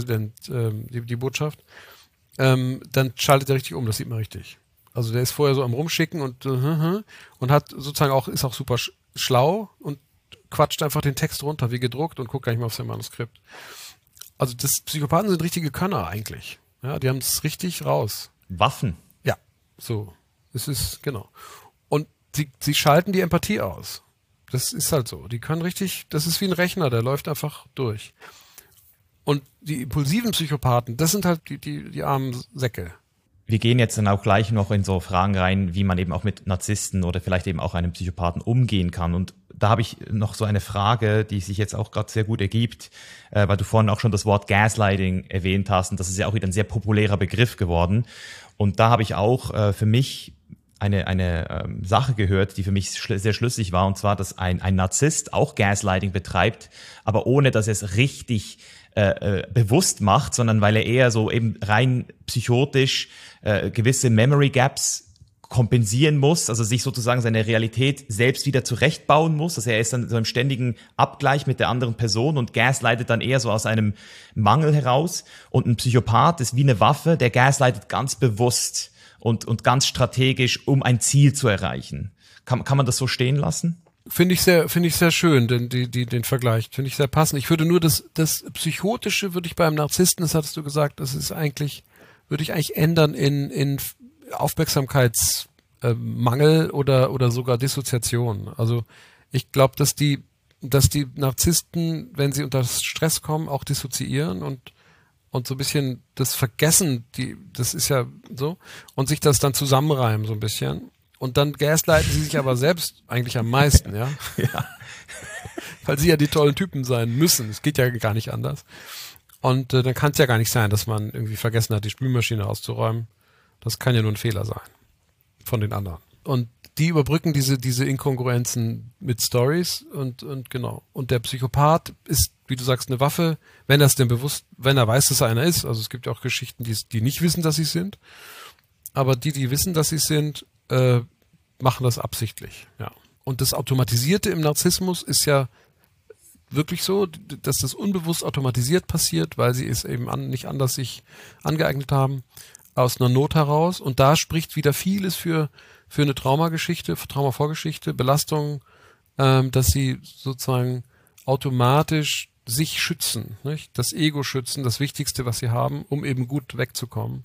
Speaker 1: Botschaft, dann schaltet er richtig um, das sieht man richtig. Also der ist vorher so am Rumschicken und hat sozusagen auch, ist auch super schlau und quatscht einfach den Text runter, wie gedruckt und guckt gar nicht mehr auf sein Manuskript. Also Psychopathen sind richtige Könner eigentlich. Ja, die haben es richtig raus.
Speaker 2: Waffen.
Speaker 1: Ja, so. Es ist, genau. Und sie schalten die Empathie aus. Das ist halt so. Die können richtig, das ist wie ein Rechner, der läuft einfach durch. Und die impulsiven Psychopathen, das sind halt die armen Säcke.
Speaker 2: wir gehen jetzt dann auch gleich noch in so Fragen rein, wie man eben auch mit Narzissten oder vielleicht eben auch einem Psychopathen umgehen kann. Und da habe ich noch so eine Frage, die sich jetzt auch gerade sehr gut ergibt, weil du vorhin auch schon das Wort Gaslighting erwähnt hast. Und das ist ja auch wieder ein sehr populärer Begriff geworden. Und da habe ich auch für mich eine Sache gehört, die für mich sehr schlüssig war. Und zwar, dass ein Narzisst auch Gaslighting betreibt, aber ohne, dass er es richtig bewusst macht, sondern weil er eher so eben rein psychotisch gewisse Memory Gaps kompensieren muss, also sich sozusagen seine Realität selbst wieder zurechtbauen muss. Also er ist dann so im ständigen Abgleich mit der anderen Person und gaslightet dann eher so aus einem Mangel heraus. Und ein Psychopath ist wie eine Waffe, der gaslightet ganz bewusst und ganz strategisch, um ein Ziel zu erreichen. Kann man das so stehen lassen?
Speaker 1: Finde ich sehr schön, denn den Vergleich finde ich sehr passend. Ich würde nur das Psychotische würde ich beim Narzissten, das hattest du gesagt, würde ich eigentlich ändern in Aufmerksamkeitsmangel oder sogar Dissoziation. Also ich glaube, dass die Narzissten, wenn sie unter Stress kommen, auch dissoziieren und so ein bisschen das Vergessen, das ist ja so, und sich das dann zusammenreimen so ein bisschen. Und dann gaslighten sie sich aber selbst eigentlich am meisten, ja.
Speaker 2: Ja.
Speaker 1: Weil sie ja die tollen Typen sein müssen. Es geht ja gar nicht anders. Und dann kann es ja gar nicht sein, dass man irgendwie vergessen hat, die Spülmaschine auszuräumen. Das kann ja nur ein Fehler sein von den anderen. Und die überbrücken diese Inkongruenzen mit Stories und genau. Und der Psychopath ist, wie du sagst, eine Waffe, wenn er weiß, dass er einer ist. Also es gibt ja auch Geschichten, die nicht wissen, dass sie es sind. Aber die wissen, dass sie es sind, machen das absichtlich, ja. Und das Automatisierte im Narzissmus ist ja wirklich so, dass das unbewusst automatisiert passiert, weil sie es eben nicht anders sich angeeignet haben, aus einer Not heraus. Und da spricht wieder vieles für eine Traumavorgeschichte, Belastung, dass sie sozusagen automatisch sich schützen, nicht? Das Ego schützen, das Wichtigste, was sie haben, um eben gut wegzukommen.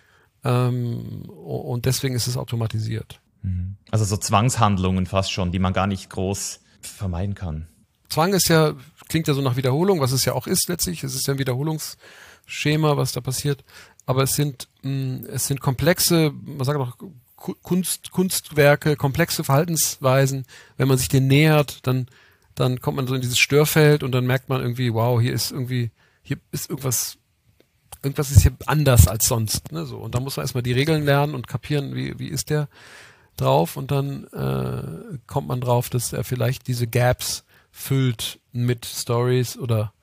Speaker 1: Und deswegen ist es automatisiert.
Speaker 2: Also so Zwangshandlungen fast schon, die man gar nicht groß vermeiden kann.
Speaker 1: Zwang klingt ja so nach Wiederholung, was es ja auch ist letztlich. Es ist ja ein Wiederholungsschema, was da passiert. Aber es sind komplexe, man sagt auch Kunstwerke, komplexe Verhaltensweisen. Wenn man sich denen nähert, dann kommt man so in dieses Störfeld und dann merkt man irgendwie, wow, hier ist irgendwas ist hier anders als sonst, ne, so. Und da muss man erstmal die Regeln lernen und kapieren, wie ist der drauf, und dann kommt man drauf, dass er vielleicht diese Gaps füllt mit Stories oder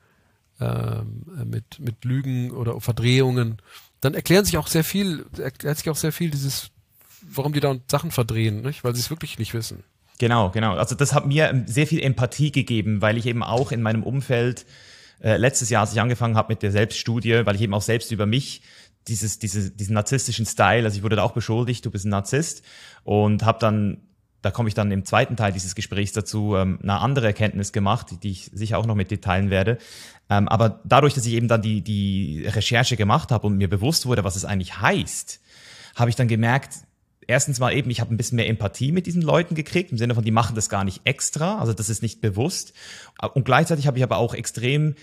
Speaker 1: mit Lügen oder Verdrehungen. Dann erklärt sich auch sehr viel warum die da Sachen verdrehen, nicht? Weil sie es wirklich nicht wissen.
Speaker 2: Genau. Also das hat mir sehr viel Empathie gegeben, weil ich eben auch in meinem Umfeld letztes Jahr, als ich angefangen habe mit der Selbststudie, weil ich eben auch selbst über mich diesen narzisstischen Style, also ich wurde da auch beschuldigt, du bist ein Narzisst, und habe dann, da komme ich dann im zweiten Teil dieses Gesprächs dazu, eine andere Erkenntnis gemacht, die ich sicher auch noch mit dir teilen werde. Aber dadurch, dass ich eben dann die Recherche gemacht habe und mir bewusst wurde, was es eigentlich heißt, habe ich dann gemerkt, erstens mal eben, ich habe ein bisschen mehr Empathie mit diesen Leuten gekriegt, im Sinne von, die machen das gar nicht extra, also das ist nicht bewusst. Und gleichzeitig habe ich aber auch extrem,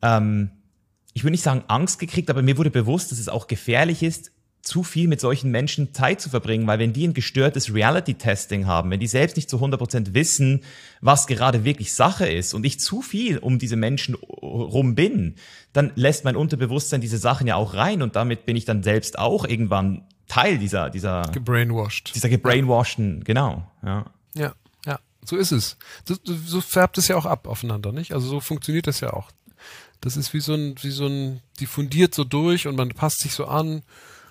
Speaker 2: ich würde nicht sagen Angst gekriegt, aber mir wurde bewusst, dass es auch gefährlich ist, zu viel mit solchen Menschen Zeit zu verbringen, weil wenn die ein gestörtes Reality-Testing haben, wenn die selbst nicht zu 100% wissen, was gerade wirklich Sache ist, und ich zu viel um diese Menschen rum bin, dann lässt mein Unterbewusstsein diese Sachen ja auch rein, und damit bin ich dann selbst auch irgendwann Teil dieser gebrainwashten, genau, ja.
Speaker 1: Ja, so ist es. So färbt es ja auch ab aufeinander, nicht? Also so funktioniert das ja auch. Das ist wie so ein, diffundiert so durch und man passt sich so an,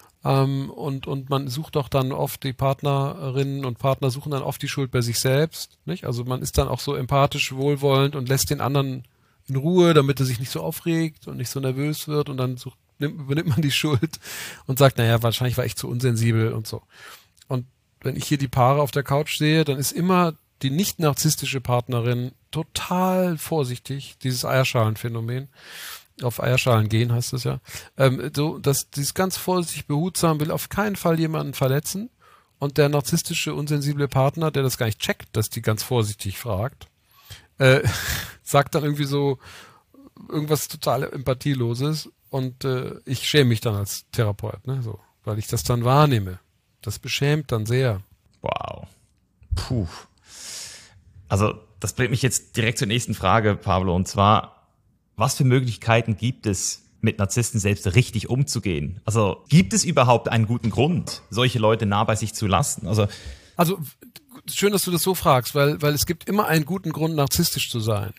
Speaker 1: und man sucht auch dann oft, die Partnerinnen und Partner suchen dann oft die Schuld bei sich selbst, nicht? Also man ist dann auch so empathisch, wohlwollend und lässt den anderen in Ruhe, damit er sich nicht so aufregt und nicht so nervös wird, und dann übernimmt man die Schuld und sagt, naja, wahrscheinlich war ich zu unsensibel und so. Und wenn ich hier die Paare auf der Couch sehe, dann ist immer die nicht narzisstische Partnerin total vorsichtig, dieses Eierschalenphänomen. Auf Eierschalen gehen heißt das ja. So, dass die ist ganz vorsichtig, behutsam, will auf keinen Fall jemanden verletzen. Und der narzisstische, unsensible Partner, der das gar nicht checkt, dass die ganz vorsichtig fragt, sagt dann irgendwie so irgendwas total Empathieloses, und ich schäme mich dann als Therapeut, ne, so. weil ich das dann wahrnehme. Das beschämt dann sehr.
Speaker 2: Wow. Puh. Also, das bringt mich jetzt direkt zur nächsten Frage, Pablo, und zwar, was für Möglichkeiten gibt es, mit Narzissten selbst richtig umzugehen? Also, gibt es überhaupt einen guten Grund, solche Leute nah bei sich zu lassen? Also,
Speaker 1: schön, dass du das so fragst, weil es gibt immer einen guten Grund, narzisstisch zu sein.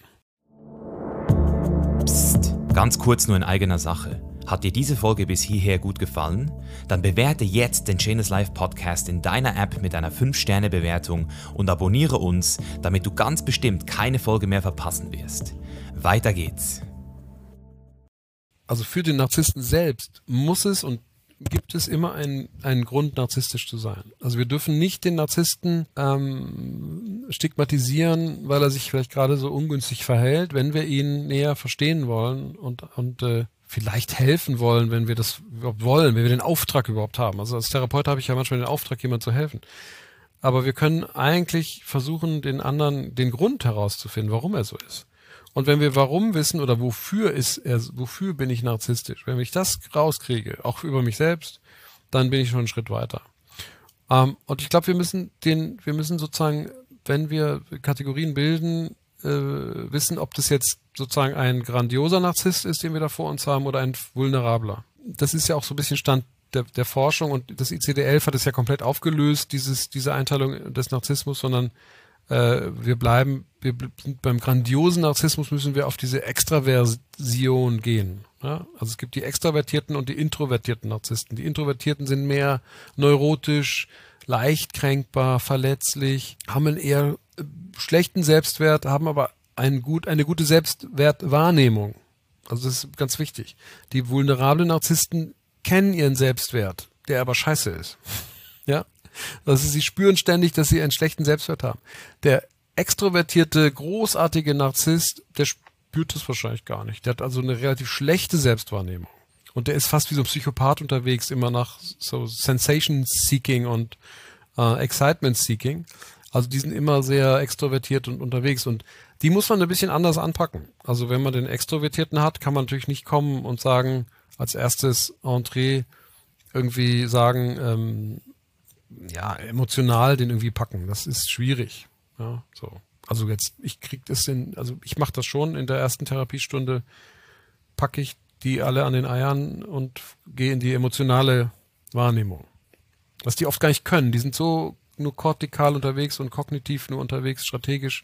Speaker 2: Psst, ganz kurz nur in eigener Sache. Hat dir diese Folge bis hierher gut gefallen? Dann bewerte jetzt den Chainless Life Podcast in deiner App mit einer 5-Sterne-Bewertung und abonniere uns, damit du ganz bestimmt keine Folge mehr verpassen wirst. Weiter geht's.
Speaker 1: Also für den Narzissten selbst muss es und gibt es immer einen Grund, narzisstisch zu sein. Also wir dürfen nicht den Narzissten stigmatisieren, weil er sich vielleicht gerade so ungünstig verhält, wenn wir ihn näher verstehen wollen und vielleicht helfen wollen, wenn wir das überhaupt wollen, wenn wir den Auftrag überhaupt haben. Also als Therapeut habe ich ja manchmal den Auftrag, jemand zu helfen. Aber wir können eigentlich versuchen, den anderen den Grund herauszufinden, warum er so ist. Und wenn wir warum wissen oder wofür bin ich narzisstisch, wenn ich das rauskriege, auch über mich selbst, dann bin ich schon einen Schritt weiter. Und ich glaube, wir müssen sozusagen, wenn wir Kategorien bilden, wissen, ob das jetzt sozusagen ein grandioser Narzisst ist, den wir da vor uns haben, oder ein vulnerabler. Das ist ja auch so ein bisschen Stand der Forschung, und das ICD-11 hat es ja komplett aufgelöst, diese Einteilung des Narzissmus, sondern beim grandiosen Narzissmus müssen wir auf diese Extraversion gehen. Ja? Also es gibt die extravertierten und die introvertierten Narzissten. Die Introvertierten sind mehr neurotisch, leicht kränkbar, verletzlich, haben einen eher schlechten Selbstwert, haben aber eine gute Selbstwertwahrnehmung. Also das ist ganz wichtig. Die vulnerablen Narzissten kennen ihren Selbstwert, der aber scheiße ist. Ja? Also sie spüren ständig, dass sie einen schlechten Selbstwert haben. Der extrovertierte, großartige Narzisst, der spürt das wahrscheinlich gar nicht. Der hat also eine relativ schlechte Selbstwahrnehmung. Und der ist fast wie so ein Psychopath unterwegs, immer nach so Sensation-Seeking und Excitement-Seeking. Also die sind immer sehr extrovertiert und unterwegs. Und die muss man ein bisschen anders anpacken. Also wenn man den Extrovertierten hat, kann man natürlich nicht kommen und sagen, als erstes Entree irgendwie sagen, emotional den irgendwie packen. Das ist schwierig. Ja, so. Also ich mache das schon in der ersten Therapiestunde, packe ich die alle an den Eiern und gehe in die emotionale Wahrnehmung. Was die oft gar nicht können. Die sind so nur kortikal unterwegs und kognitiv nur unterwegs, strategisch,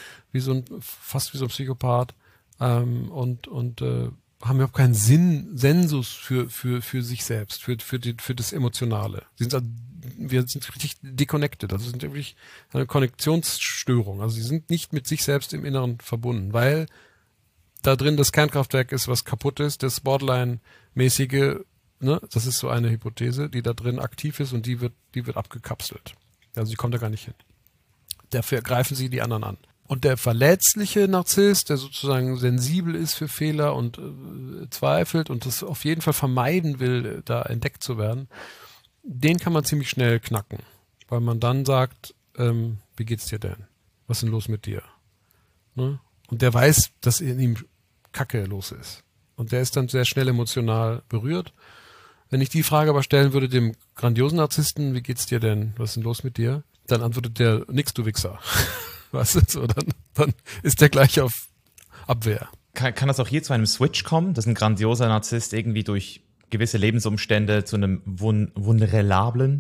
Speaker 1: fast wie so ein Psychopath, und haben überhaupt keinen Sensus für sich selbst, für das Emotionale. Wir sind richtig deconnected, also sind wirklich eine Konnektionsstörung. Also sie sind nicht mit sich selbst im Inneren verbunden, weil da drin das Kernkraftwerk ist, was kaputt ist, das Borderline-mäßige, ne, das ist so eine Hypothese, die da drin aktiv ist, und die wird abgekapselt. Also sie kommt da gar nicht hin. Dafür greifen sie die anderen an. Und der verletzliche Narzisst, der sozusagen sensibel ist für Fehler und zweifelt und das auf jeden Fall vermeiden will, da entdeckt zu werden, den kann man ziemlich schnell knacken. Weil man dann sagt, wie geht's dir denn? Was ist denn los mit dir? Ne? Und der weiß, dass in ihm Kacke los ist. Und der ist dann sehr schnell emotional berührt. Wenn ich die Frage aber stellen würde dem grandiosen Narzissten, wie geht's dir denn? Was ist denn los mit dir? Dann antwortet der, nix, du Wichser. Weißt du, so, dann ist der gleich auf Abwehr.
Speaker 2: Kann das auch hier zu einem Switch kommen, dass ein grandioser Narzisst irgendwie durch gewisse Lebensumstände zu einem vulnerablen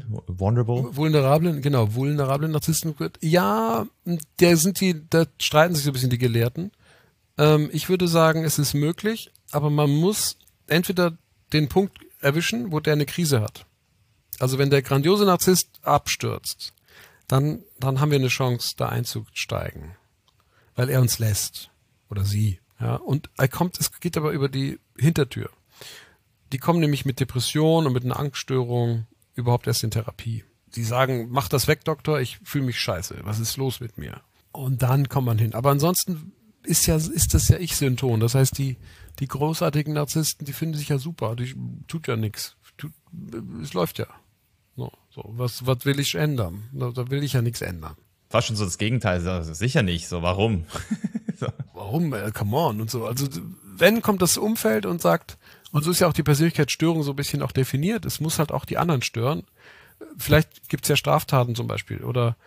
Speaker 1: Narzissten wird? Ja, da streiten sich so ein bisschen die Gelehrten. Ich würde sagen, es ist möglich, aber man muss entweder den Punkt erwischen, wo der eine Krise hat. Also wenn der grandiose Narzisst abstürzt, dann haben wir eine Chance, da einzusteigen. Weil er uns lässt. Oder sie. Ja. Und es geht aber über die Hintertür. Die kommen nämlich mit Depression und mit einer Angststörung überhaupt erst in Therapie. Die sagen, mach das weg, Doktor, ich fühle mich scheiße. Was ist los mit mir? Und dann kommt man hin. Aber ansonsten ist das ja Ich-Synton. Das heißt, die großartigen Narzissten, die finden sich ja super. Die tut ja nichts. Es läuft ja. So, was will ich ändern? Da will ich ja nichts ändern.
Speaker 2: War schon so das Gegenteil, also sicher nicht. So, warum?
Speaker 1: So. Warum? Come on und so. Also wenn kommt das Umfeld und sagt, Und so ist ja auch die Persönlichkeitsstörung so ein bisschen auch definiert. Es muss halt auch die anderen stören. Vielleicht gibt's ja Straftaten zum Beispiel oder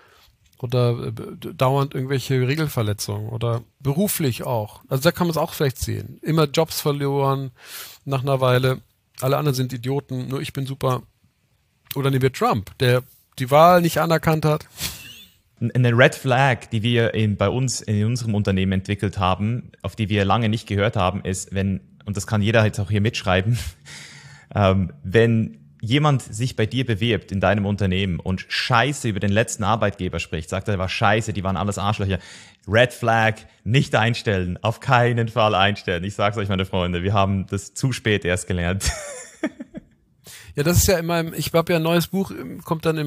Speaker 1: dauernd irgendwelche Regelverletzungen oder beruflich auch. Also da kann man es auch vielleicht sehen. Immer Jobs verloren nach einer Weile. Alle anderen sind Idioten, nur ich bin super. Oder nehmen wir Trump, der die Wahl nicht anerkannt hat.
Speaker 2: Eine Red Flag, die wir bei uns in unserem Unternehmen entwickelt haben, auf die wir lange nicht gehört haben, ist, wenn, und das kann jeder jetzt auch hier mitschreiben, wenn jemand sich bei dir bewirbt in deinem Unternehmen und Scheiße über den letzten Arbeitgeber spricht, sagt, er war Scheiße, die waren alles Arschlöcher. Red Flag, nicht einstellen, auf keinen Fall einstellen. Ich sag's euch, meine Freunde, wir haben das zu spät erst gelernt.
Speaker 1: Ja, das ist ja immer, ich habe ja ein neues Buch, kommt dann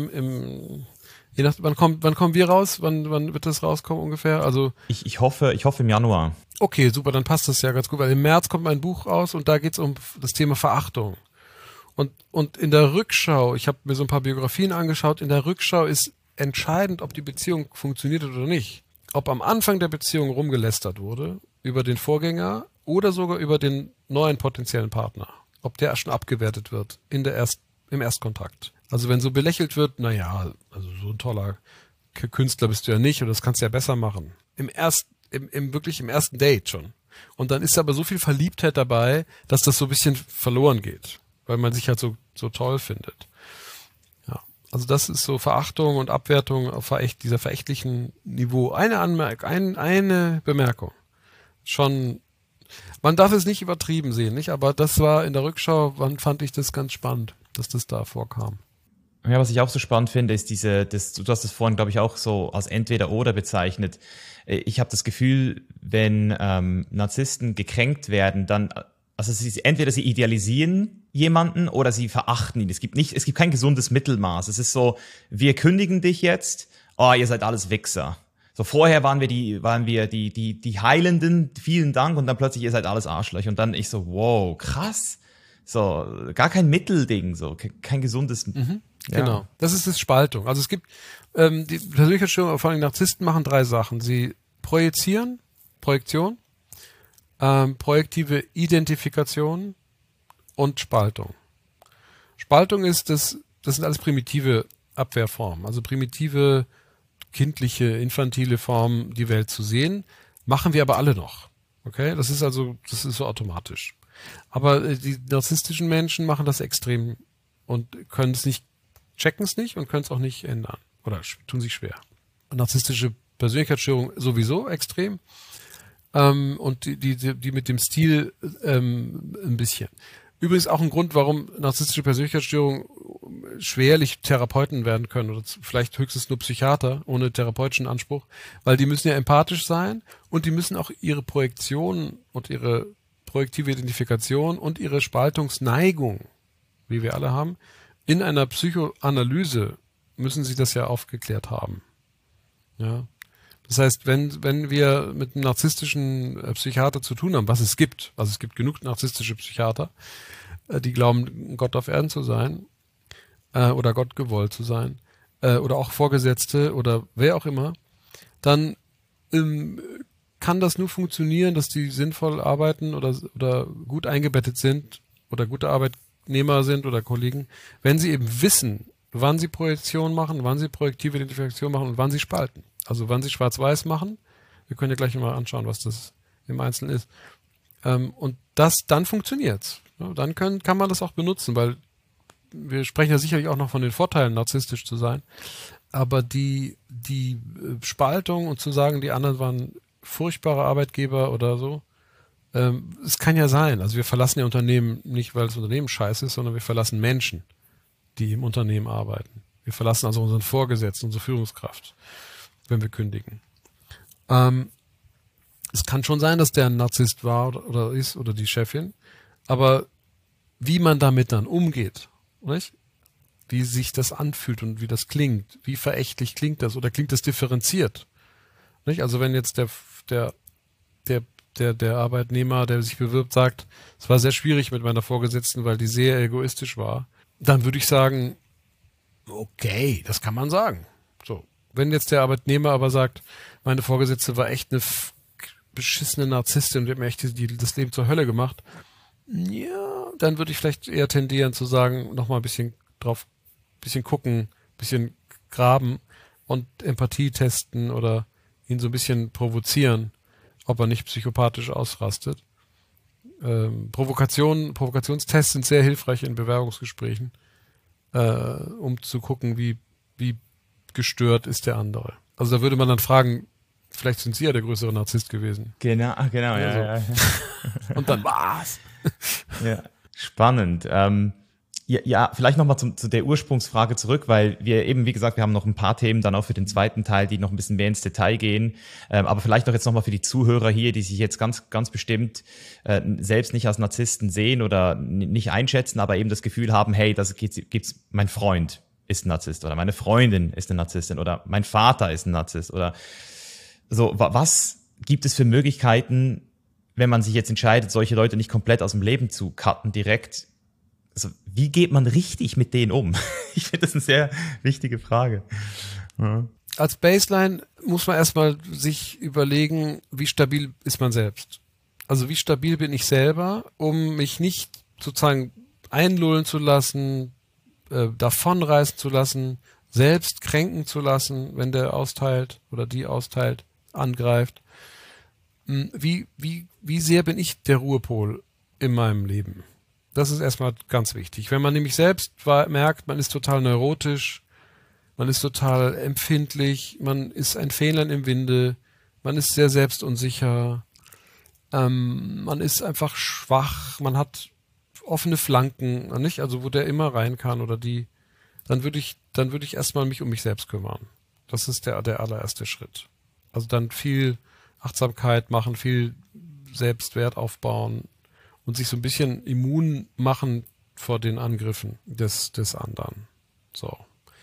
Speaker 1: je nach, wann kommen wir raus? Wann wird das rauskommen ungefähr? Also
Speaker 2: ich hoffe im Januar.
Speaker 1: Okay, super, dann passt das ja ganz gut, weil im März kommt mein Buch raus und da geht's um das Thema Verachtung. Und in der Rückschau, ich habe mir so ein paar Biografien angeschaut, in der Rückschau ist entscheidend, ob die Beziehung funktioniert oder nicht. Ob am Anfang der Beziehung rumgelästert wurde, über den Vorgänger oder sogar über den neuen potenziellen Partner. Ob der schon abgewertet wird im Erstkontakt. Also wenn so belächelt wird, naja, also so ein toller Künstler bist du ja nicht oder das kannst du ja besser machen. Wirklich im ersten Date schon. Und dann ist aber so viel Verliebtheit dabei, dass das so ein bisschen verloren geht. Weil man sich halt so toll findet. Ja, also das ist so Verachtung und Abwertung auf dieser verächtlichen Niveau. Eine Bemerkung. Schon, man darf es nicht übertrieben sehen, nicht? Aber das war in der Rückschau, fand ich das ganz spannend, dass das da vorkam.
Speaker 2: Ja, was ich auch so spannend finde, ist du hast es vorhin, glaube ich, auch so als Entweder-Oder bezeichnet. Ich habe das Gefühl, wenn Narzissten gekränkt werden, dann, also entweder sie idealisieren jemanden oder sie verachten ihn. Es gibt kein gesundes Mittelmaß. Es ist so, wir kündigen dich jetzt, oh, ihr seid alles Wichser. So vorher waren wir die Heilenden, vielen Dank, und dann plötzlich ihr seid alles Arschlöcher. Und dann ich so, wow, krass. So, gar kein Mittelding, so, kein gesundes.
Speaker 1: Ja. Genau. Das ist Spaltung. Also es gibt, die Persönlichkeitsstörungen, vor allem Narzissten, machen 3 Sachen. Sie Projektion, projektive Identifikation und Spaltung. Spaltung ist das sind alles primitive Abwehrformen, also primitive, kindliche, infantile Formen, die Welt zu sehen, machen wir aber alle noch. Okay? Das ist so automatisch. Aber die narzisstischen Menschen machen das extrem und checken es nicht und können es auch nicht ändern. Oder tun sich schwer. Narzisstische Persönlichkeitsstörung sowieso extrem. Und die mit dem Stil ein bisschen. Übrigens auch ein Grund, warum narzisstische Persönlichkeitsstörungen schwerlich Therapeuten werden können oder vielleicht höchstens nur Psychiater ohne therapeutischen Anspruch, weil die müssen ja empathisch sein und die müssen auch ihre Projektion und ihre projektive Identifikation und ihre Spaltungsneigung, wie wir alle haben, in einer Psychoanalyse müssen sie das ja aufgeklärt haben. Ja. Das heißt, wenn wir mit einem narzisstischen Psychiater zu tun haben, was es gibt, also es gibt genug narzisstische Psychiater, die glauben, Gott auf Erden zu sein oder Gott gewollt zu sein oder auch Vorgesetzte oder wer auch immer, dann kann das nur funktionieren, dass die sinnvoll arbeiten oder gut eingebettet sind oder gute Arbeitnehmer sind oder Kollegen, wenn sie eben wissen, wann sie Projektion machen, wann sie projektive Identifikation machen und wann sie spalten. Also wann sie schwarz-weiß machen. Wir können ja gleich mal anschauen, was das im Einzelnen ist. Und dann funktioniert's. Ja, dann kann man das auch benutzen, weil wir sprechen ja sicherlich auch noch von den Vorteilen, narzisstisch zu sein. Aber die Spaltung und zu sagen, die anderen waren furchtbare Arbeitgeber oder so, es kann ja sein. Also wir verlassen ja Unternehmen nicht, weil das Unternehmen scheiße ist, sondern wir verlassen Menschen, die im Unternehmen arbeiten. Wir verlassen also unseren Vorgesetzten, unsere Führungskraft, wenn wir kündigen. Es kann schon sein, dass der ein Narzisst war oder ist oder die Chefin, aber wie man damit dann umgeht, nicht? Wie sich das anfühlt und wie das klingt, wie verächtlich klingt das oder klingt das differenziert? Nicht? Also wenn jetzt der Arbeitnehmer, der sich bewirbt, sagt, es war sehr schwierig mit meiner Vorgesetzten, weil die sehr egoistisch war, dann würde ich sagen, okay, das kann man sagen. So. Wenn jetzt der Arbeitnehmer aber sagt, meine Vorgesetzte war echt eine beschissene Narzisstin und die hat mir echt das Leben zur Hölle gemacht, Ja, dann würde ich vielleicht eher tendieren zu sagen, nochmal ein bisschen gucken, bisschen graben und Empathie testen oder ihn so ein bisschen provozieren, ob er nicht psychopathisch ausrastet. Provokationstests sind sehr hilfreich in Bewerbungsgesprächen, um zu gucken, wie gestört ist der andere. Also da würde man dann fragen, vielleicht sind Sie ja der größere Narzisst gewesen.
Speaker 2: Genau,
Speaker 1: ja. Und dann was?
Speaker 2: Ja, spannend. Vielleicht nochmal zu der Ursprungsfrage zurück, weil wir eben, wie gesagt, wir haben noch ein paar Themen dann auch für den zweiten Teil, die noch ein bisschen mehr ins Detail gehen. Aber vielleicht auch jetzt nochmal für die Zuhörer hier, die sich jetzt ganz, ganz bestimmt selbst nicht als Narzissten sehen oder nicht einschätzen, aber eben das Gefühl haben, hey, das gibt's, mein Freund ist ein Narzisst oder meine Freundin ist eine Narzisstin oder mein Vater ist ein Narzisst oder so. Was gibt es für Möglichkeiten, wenn man sich jetzt entscheidet, solche Leute nicht komplett aus dem Leben zu cutten direkt? Also, wie geht man richtig mit denen um? Ich finde das eine sehr wichtige Frage. Ja.
Speaker 1: Als Baseline muss man erstmal sich überlegen, wie stabil ist man selbst. Also wie stabil bin ich selber, um mich nicht sozusagen einlullen zu lassen, davonreißen zu lassen, selbst kränken zu lassen, wenn der austeilt oder die austeilt, angreift. Wie sehr bin ich der Ruhepol in meinem Leben? Das ist erstmal ganz wichtig. Wenn man nämlich selbst merkt, man ist total neurotisch, man ist total empfindlich, man ist ein Fähnlein im Winde, man ist sehr selbstunsicher, man ist einfach schwach, man hat offene Flanken, nicht? Also wo der immer rein kann oder die, dann würde ich erstmal mich um mich selbst kümmern. Das ist der allererste Schritt. Also dann viel Achtsamkeit machen, viel Selbstwert aufbauen und sich so ein bisschen immun machen vor den Angriffen des anderen. So.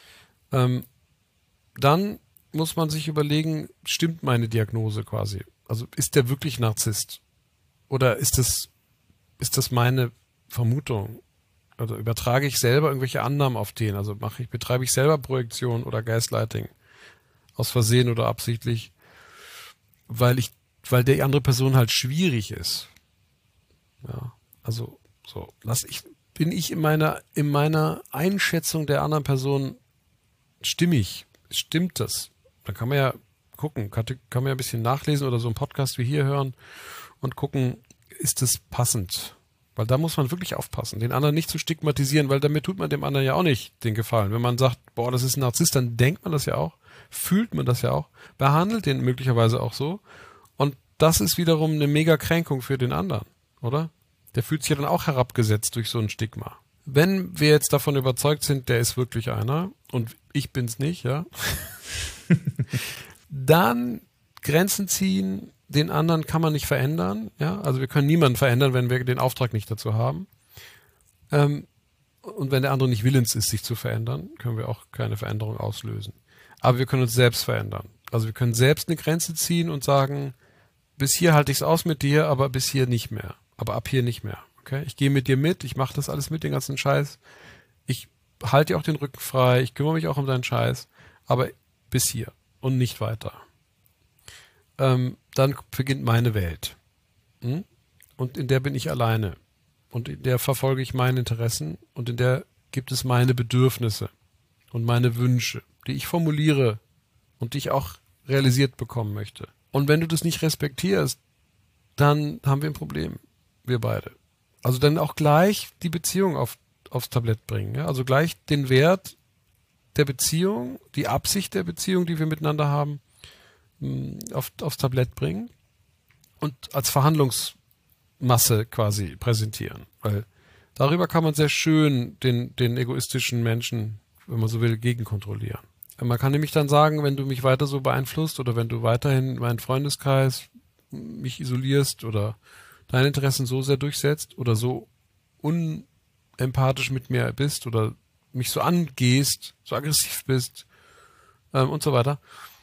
Speaker 1: Dann muss man sich überlegen, stimmt meine Diagnose quasi? Also ist der wirklich Narzisst? Oder ist das meine Vermutung? Also übertrage ich selber irgendwelche Annahmen auf den? Also betreibe ich selber Projektion oder Gaslighting? Aus Versehen oder absichtlich? Weil die andere Person halt schwierig ist. Ja, also so, bin ich in meiner Einschätzung der anderen Person stimmig? Stimmt das? Dann kann man ja gucken, kann man ja ein bisschen nachlesen oder so einen Podcast wie hier hören und gucken, ist das passend? Weil da muss man wirklich aufpassen, den anderen nicht zu stigmatisieren, weil damit tut man dem anderen ja auch nicht den Gefallen. Wenn man sagt, boah, das ist ein Narzisst, dann denkt man das ja auch, fühlt man das ja auch, behandelt den möglicherweise auch so. Und das ist wiederum eine mega Kränkung für den anderen, oder? Der fühlt sich ja dann auch herabgesetzt durch so ein Stigma. Wenn wir jetzt davon überzeugt sind, der ist wirklich einer und ich bin's nicht, ja, dann Grenzen ziehen, den anderen kann man nicht verändern, ja, also wir können niemanden verändern, wenn wir den Auftrag nicht dazu haben. Und wenn der andere nicht willens ist, sich zu verändern, können wir auch keine Veränderung auslösen. Aber wir können uns selbst verändern. Also wir können selbst eine Grenze ziehen und sagen, bis hier halte ich es aus mit dir, aber bis hier nicht mehr. Aber ab hier nicht mehr. Okay? Ich gehe mit dir mit, ich mache das alles mit, den ganzen Scheiß. Ich halte dir auch den Rücken frei, ich kümmere mich auch um deinen Scheiß, aber bis hier und nicht weiter. Dann beginnt meine Welt. Und in der bin ich alleine. Und in der verfolge ich meine Interessen und in der gibt es meine Bedürfnisse und meine Wünsche, die ich formuliere und die ich auch realisiert bekommen möchte. Und wenn du das nicht respektierst, dann haben wir ein Problem. Wir beide. Also dann auch gleich die Beziehung aufs Tablett bringen. Ja? Also gleich den Wert der Beziehung, die Absicht der Beziehung, die wir miteinander haben, aufs Tablett bringen und als Verhandlungsmasse quasi präsentieren. Weil darüber kann man sehr schön den egoistischen Menschen, wenn man so will, gegenkontrollieren. Man kann nämlich dann sagen, wenn du mich weiter so beeinflusst oder wenn du weiterhin meinen Freundeskreis mich isolierst oder deine Interessen so sehr durchsetzt oder so unempathisch mit mir bist oder mich so angehst, so aggressiv bist und so weiter,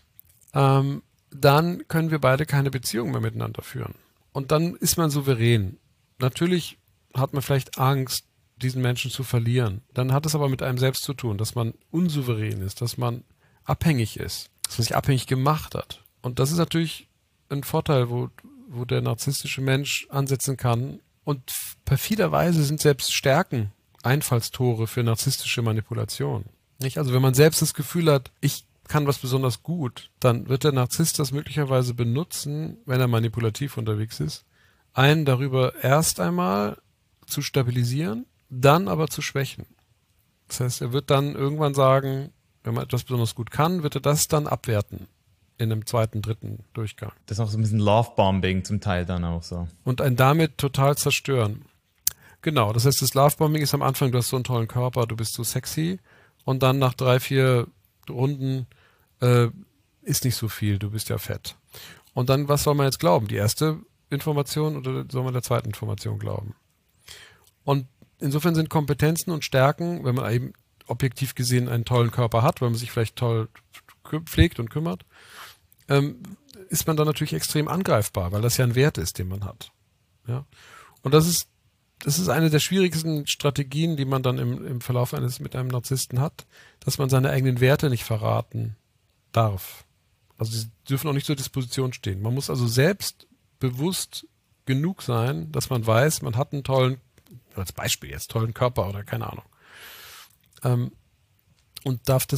Speaker 1: dann können wir beide keine Beziehung mehr miteinander führen. Und dann ist man souverän. Natürlich hat man vielleicht Angst, diesen Menschen zu verlieren. Dann hat es aber mit einem selbst zu tun, dass man unsouverän ist, dass man abhängig ist, dass man sich abhängig gemacht hat. Und das ist natürlich ein Vorteil, wo der narzisstische Mensch ansetzen kann, Und perfiderweise sind selbst Stärken Einfallstore für narzisstische Manipulation. Nicht? Also wenn man selbst das Gefühl hat, ich kann was besonders gut, dann wird der Narzisst das möglicherweise benutzen, wenn er manipulativ unterwegs ist, einen darüber erst einmal zu stabilisieren, dann aber zu schwächen. Das heißt, er wird dann irgendwann sagen, wenn man etwas besonders gut kann, wird er das dann abwerten in einem zweiten, dritten Durchgang.
Speaker 2: Das ist auch so ein bisschen Lovebombing zum Teil dann auch so.
Speaker 1: Und einen damit total zerstören. Genau, das heißt, das Lovebombing ist am Anfang, du hast so einen tollen Körper, du bist so sexy und dann nach 3, 4 Runden ist nicht so viel, du bist ja fett. Und dann, was soll man jetzt glauben? Die erste Information oder soll man der zweiten Information glauben? Und insofern sind Kompetenzen und Stärken, wenn man eben objektiv gesehen einen tollen Körper hat, weil man sich vielleicht toll pflegt und kümmert, ist man dann natürlich extrem angreifbar, weil das ja ein Wert ist, den man hat. Ja? Und das ist eine der schwierigsten Strategien, die man dann im Verlauf mit einem Narzissten hat, dass man seine eigenen Werte nicht verraten darf. Also sie dürfen auch nicht zur Disposition stehen. Man muss also selbst bewusst genug sein, dass man weiß, man hat einen tollen, als Beispiel jetzt, tollen Körper oder keine Ahnung. Und darf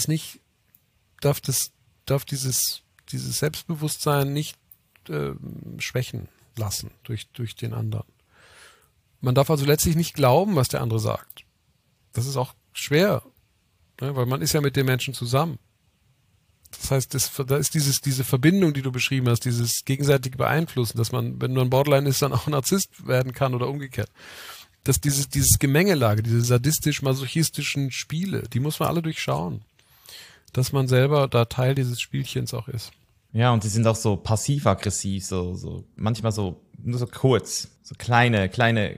Speaker 1: dieses Selbstbewusstsein nicht schwächen lassen durch den anderen. Man darf also letztlich nicht glauben, was der andere sagt. Das ist auch schwer, ne, weil man ist ja mit dem Menschen zusammen. Das heißt, da ist diese Verbindung, die du beschrieben hast, dieses gegenseitige Beeinflussen, dass man, wenn man Borderline ist, dann auch Narzisst werden kann oder umgekehrt. Dass dieses Gemengelage, diese sadistisch-masochistischen Spiele, die muss man alle durchschauen. Dass man selber da Teil dieses Spielchens auch ist.
Speaker 2: Ja, und sie sind auch so passiv-aggressiv, so manchmal so nur so kurz, so kleine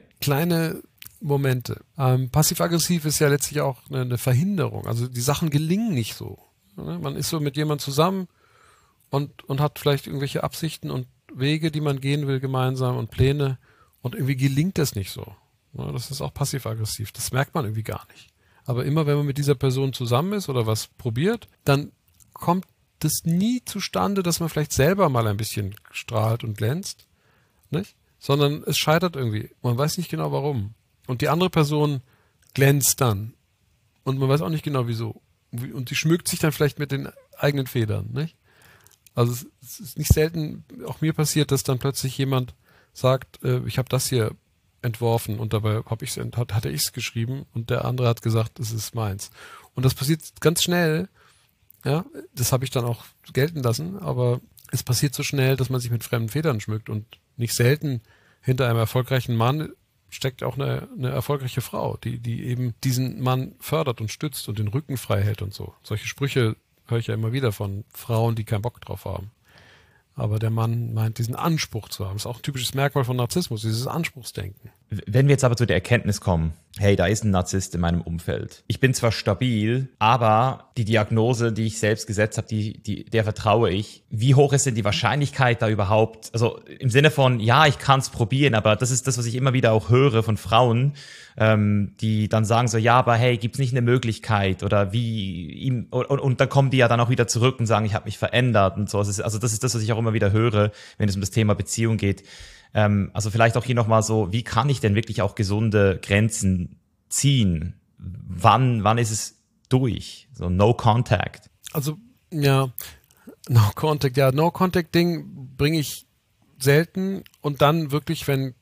Speaker 1: Momente. Passiv-aggressiv ist ja letztlich auch eine Verhinderung. Also die Sachen gelingen nicht so. Man ist so mit jemandem zusammen und hat vielleicht irgendwelche Absichten und Wege, die man gehen will gemeinsam und Pläne und irgendwie gelingt das nicht so. Das ist auch passiv-aggressiv. Das merkt man irgendwie gar nicht. Aber immer wenn man mit dieser Person zusammen ist oder was probiert, dann kommt das nie zustande, dass man vielleicht selber mal ein bisschen strahlt und glänzt, nicht? Sondern es scheitert irgendwie. Man weiß nicht genau warum. Und die andere Person glänzt dann. Und man weiß auch nicht genau wieso. Und die schmückt sich dann vielleicht mit den eigenen Federn, nicht? Also es ist nicht selten, auch mir passiert, dass dann plötzlich jemand sagt, ich habe das hier entworfen und dabei hatte ich es geschrieben und der andere hat gesagt, es ist meins. Und das passiert ganz schnell. Ja, das habe ich dann auch gelten lassen, aber es passiert so schnell, dass man sich mit fremden Federn schmückt und nicht selten hinter einem erfolgreichen Mann steckt auch eine erfolgreiche Frau, die eben diesen Mann fördert und stützt und den Rücken frei hält und so. Solche Sprüche höre ich ja immer wieder von Frauen, die keinen Bock drauf haben. Aber der Mann meint, diesen Anspruch zu haben. Das ist auch ein typisches Merkmal von Narzissmus, dieses Anspruchsdenken.
Speaker 2: Wenn wir jetzt aber zu der Erkenntnis kommen, hey, da ist ein Narzisst in meinem Umfeld. Ich bin zwar stabil, aber die Diagnose, die ich selbst gesetzt habe, der vertraue ich. Wie hoch ist denn die Wahrscheinlichkeit da überhaupt? Also im Sinne von, ja, ich kann es probieren, aber das ist das, was ich immer wieder auch höre von Frauen, die dann sagen so, ja, aber hey, gibt's nicht eine Möglichkeit oder wie ihm und dann kommen die ja dann auch wieder zurück und sagen, ich habe mich verändert und so. Also das ist das, was ich auch immer wieder höre, wenn es um das Thema Beziehung geht. Also vielleicht auch hier nochmal so, wie kann ich denn wirklich auch gesunde Grenzen ziehen? Wann ist es durch? So No Contact.
Speaker 1: Also, ja, No Contact Ding bringe ich selten und dann wirklich, wenn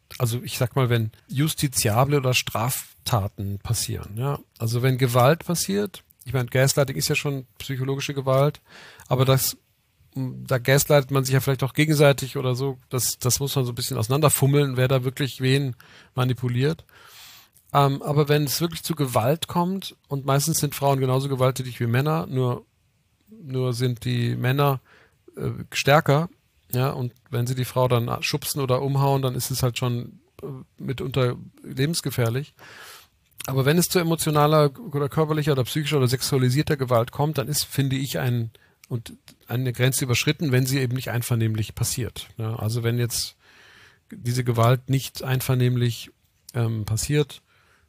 Speaker 1: justiziable oder Straftaten passieren, ja. Also wenn Gewalt passiert, ich meine, Gaslighting ist ja schon psychologische Gewalt, aber da gaslightet man sich ja vielleicht auch gegenseitig oder so. Das muss man so ein bisschen auseinanderfummeln, wer da wirklich wen manipuliert. Aber wenn es wirklich zu Gewalt kommt, und meistens sind Frauen genauso gewalttätig wie Männer, nur sind die Männer stärker, ja, und wenn sie die Frau dann schubsen oder umhauen, dann ist es halt schon mitunter lebensgefährlich. Aber wenn es zu emotionaler oder körperlicher oder psychischer oder sexualisierter Gewalt kommt, dann ist, finde ich, eine Grenze überschritten, wenn sie eben nicht einvernehmlich passiert. Ja, also wenn jetzt diese Gewalt nicht einvernehmlich passiert,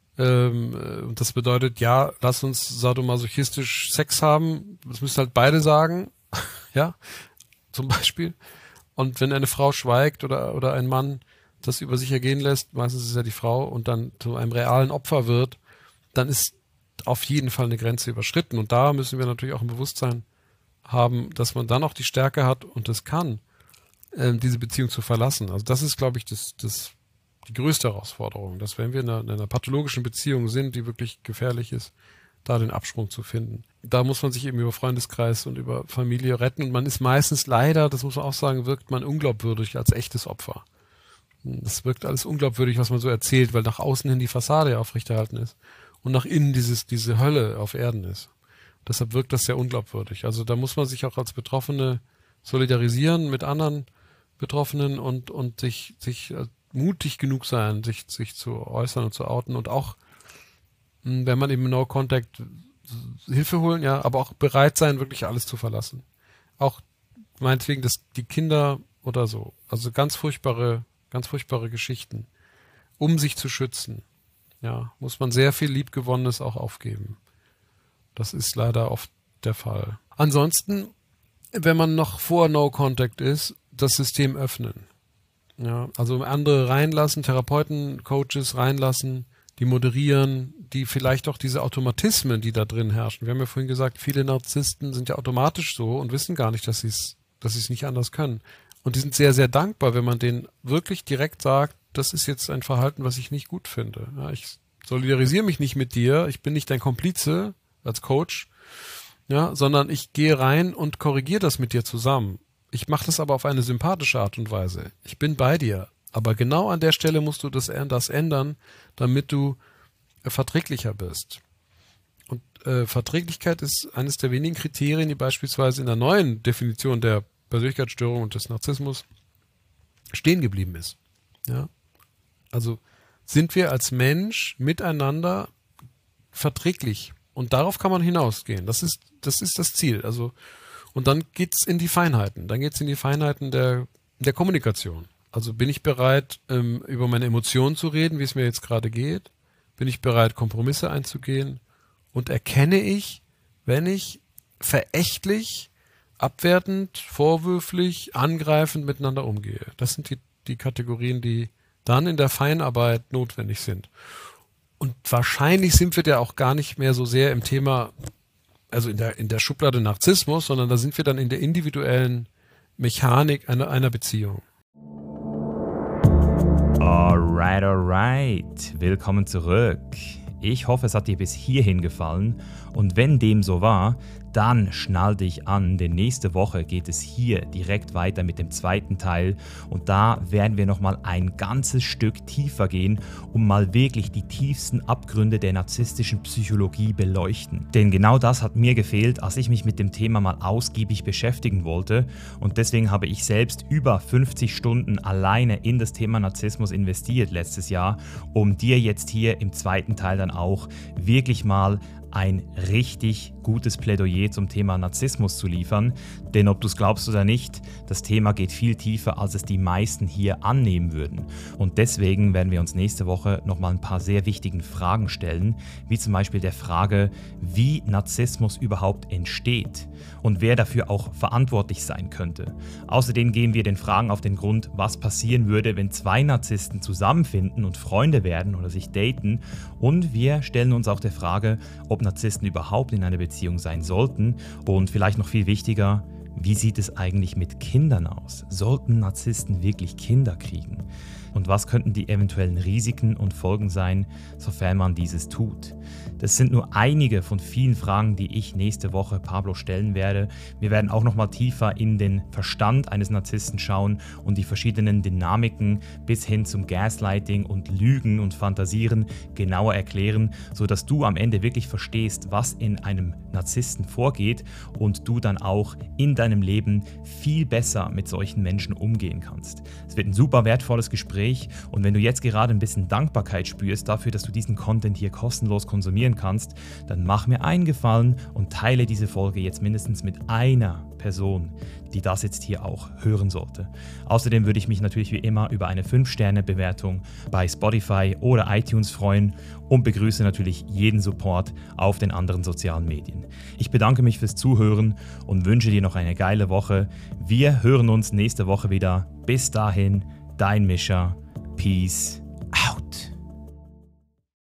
Speaker 1: und das bedeutet, ja, lass uns sadomasochistisch Sex haben, das müssen halt beide sagen, ja, zum Beispiel. Und wenn eine Frau schweigt oder ein Mann das über sich ergehen lässt, meistens ist es ja die Frau, und dann zu einem realen Opfer wird, dann ist auf jeden Fall eine Grenze überschritten. Und da müssen wir natürlich auch ein Bewusstsein haben, dass man dann auch die Stärke hat und es kann, diese Beziehung zu verlassen. Also das ist, glaube ich, die größte Herausforderung, dass wenn wir in einer pathologischen Beziehung sind, die wirklich gefährlich ist, da den Absprung zu finden. Da muss man sich eben über Freundeskreis und über Familie retten, und man ist meistens leider, das muss man auch sagen, wirkt man unglaubwürdig als echtes Opfer. Das wirkt alles unglaubwürdig, was man so erzählt, weil nach außen hin die Fassade aufrechterhalten ist und nach innen diese Hölle auf Erden ist. Deshalb wirkt das sehr unglaubwürdig. Also da muss man sich auch als Betroffene solidarisieren mit anderen Betroffenen und sich mutig genug sein, sich zu äußern und zu outen, und auch, wenn man eben No Contact Hilfe holen, ja, aber auch bereit sein, wirklich alles zu verlassen. Auch meinetwegen, dass die Kinder oder so, also ganz furchtbare Geschichten, um sich zu schützen, ja, muss man sehr viel Liebgewonnenes auch aufgeben. Das ist leider oft der Fall. Ansonsten, wenn man noch vor No Contact ist, das System öffnen. Ja, also andere reinlassen, Therapeuten, Coaches reinlassen, die moderieren, die vielleicht auch diese Automatismen, die da drin herrschen. Wir haben ja vorhin gesagt, viele Narzissten sind ja automatisch so und wissen gar nicht, dass sie es nicht anders können. Und die sind sehr, sehr dankbar, wenn man denen wirklich direkt sagt, das ist jetzt ein Verhalten, was ich nicht gut finde. Ja, ich solidarisiere mich nicht mit dir, ich bin nicht dein Komplize als Coach, ja, sondern ich gehe rein und korrigiere das mit dir zusammen. Ich mache das aber auf eine sympathische Art und Weise. Ich bin bei dir. Aber genau an der Stelle musst du das ändern, damit du verträglicher bist. Und Verträglichkeit ist eines der wenigen Kriterien, die beispielsweise in der neuen Definition der Persönlichkeitsstörung und des Narzissmus stehen geblieben ist. Ja? Also sind wir als Mensch miteinander verträglich. Und darauf kann man hinausgehen. Das ist das Ziel. Also, und dann geht's in die Feinheiten. Dann geht's in die Feinheiten der Kommunikation. Also bin ich bereit, über meine Emotionen zu reden, wie es mir jetzt gerade geht? Bin ich bereit, Kompromisse einzugehen? Und erkenne ich, wenn ich verächtlich, abwertend, vorwürflich, angreifend miteinander umgehe? Das sind die Kategorien, die dann in der Feinarbeit notwendig sind. Und wahrscheinlich sind wir da auch gar nicht mehr so sehr im Thema, also in der Schublade Narzissmus, sondern da sind wir dann in der individuellen Mechanik einer Beziehung.
Speaker 2: Alright. Willkommen zurück. Ich hoffe, es hat dir bis hierhin gefallen, und wenn dem so war, dann schnall dich an, denn nächste Woche geht es hier direkt weiter mit dem zweiten Teil, und da werden wir nochmal ein ganzes Stück tiefer gehen, um mal wirklich die tiefsten Abgründe der narzisstischen Psychologie beleuchten. Denn genau das hat mir gefehlt, als ich mich mit dem Thema mal ausgiebig beschäftigen wollte, und deswegen habe ich selbst über 50 Stunden alleine in das Thema Narzissmus investiert letztes Jahr, um dir jetzt hier im zweiten Teil dann auch wirklich mal ein richtig gutes Plädoyer zum Thema Narzissmus zu liefern. Denn ob du es glaubst oder nicht, das Thema geht viel tiefer, als es die meisten hier annehmen würden. Und deswegen werden wir uns nächste Woche nochmal ein paar sehr wichtigen Fragen stellen, wie zum Beispiel der Frage, wie Narzissmus überhaupt entsteht und wer dafür auch verantwortlich sein könnte. Außerdem gehen wir den Fragen auf den Grund, was passieren würde, wenn zwei Narzissten zusammenfinden und Freunde werden oder sich daten. Und wir stellen uns auch der Frage, ob Narzissten überhaupt in einer Beziehung sein sollten, und vielleicht noch viel wichtiger, wie sieht es eigentlich mit Kindern aus? Sollten Narzissten wirklich Kinder kriegen? Und was könnten die eventuellen Risiken und Folgen sein, sofern man dieses tut? Das sind nur einige von vielen Fragen, die ich nächste Woche Pablo stellen werde. Wir werden auch nochmal tiefer in den Verstand eines Narzissten schauen und die verschiedenen Dynamiken bis hin zum Gaslighting und Lügen und Fantasieren genauer erklären, sodass du am Ende wirklich verstehst, was in einem Narzissten vorgeht und du dann auch in deinem Leben viel besser mit solchen Menschen umgehen kannst. Es wird ein super wertvolles Gespräch, und wenn du jetzt gerade ein bisschen Dankbarkeit spürst dafür, dass du diesen Content hier kostenlos konsumieren kannst, dann mach mir einen Gefallen und teile diese Folge jetzt mindestens mit einer Person, die das jetzt hier auch hören sollte. Außerdem würde ich mich natürlich wie immer über eine 5-Sterne-Bewertung bei Spotify oder iTunes freuen und begrüße natürlich jeden Support auf den anderen sozialen Medien. Ich bedanke mich fürs Zuhören und wünsche dir noch eine geile Woche. Wir hören uns nächste Woche wieder. Bis dahin, dein Mischa. Peace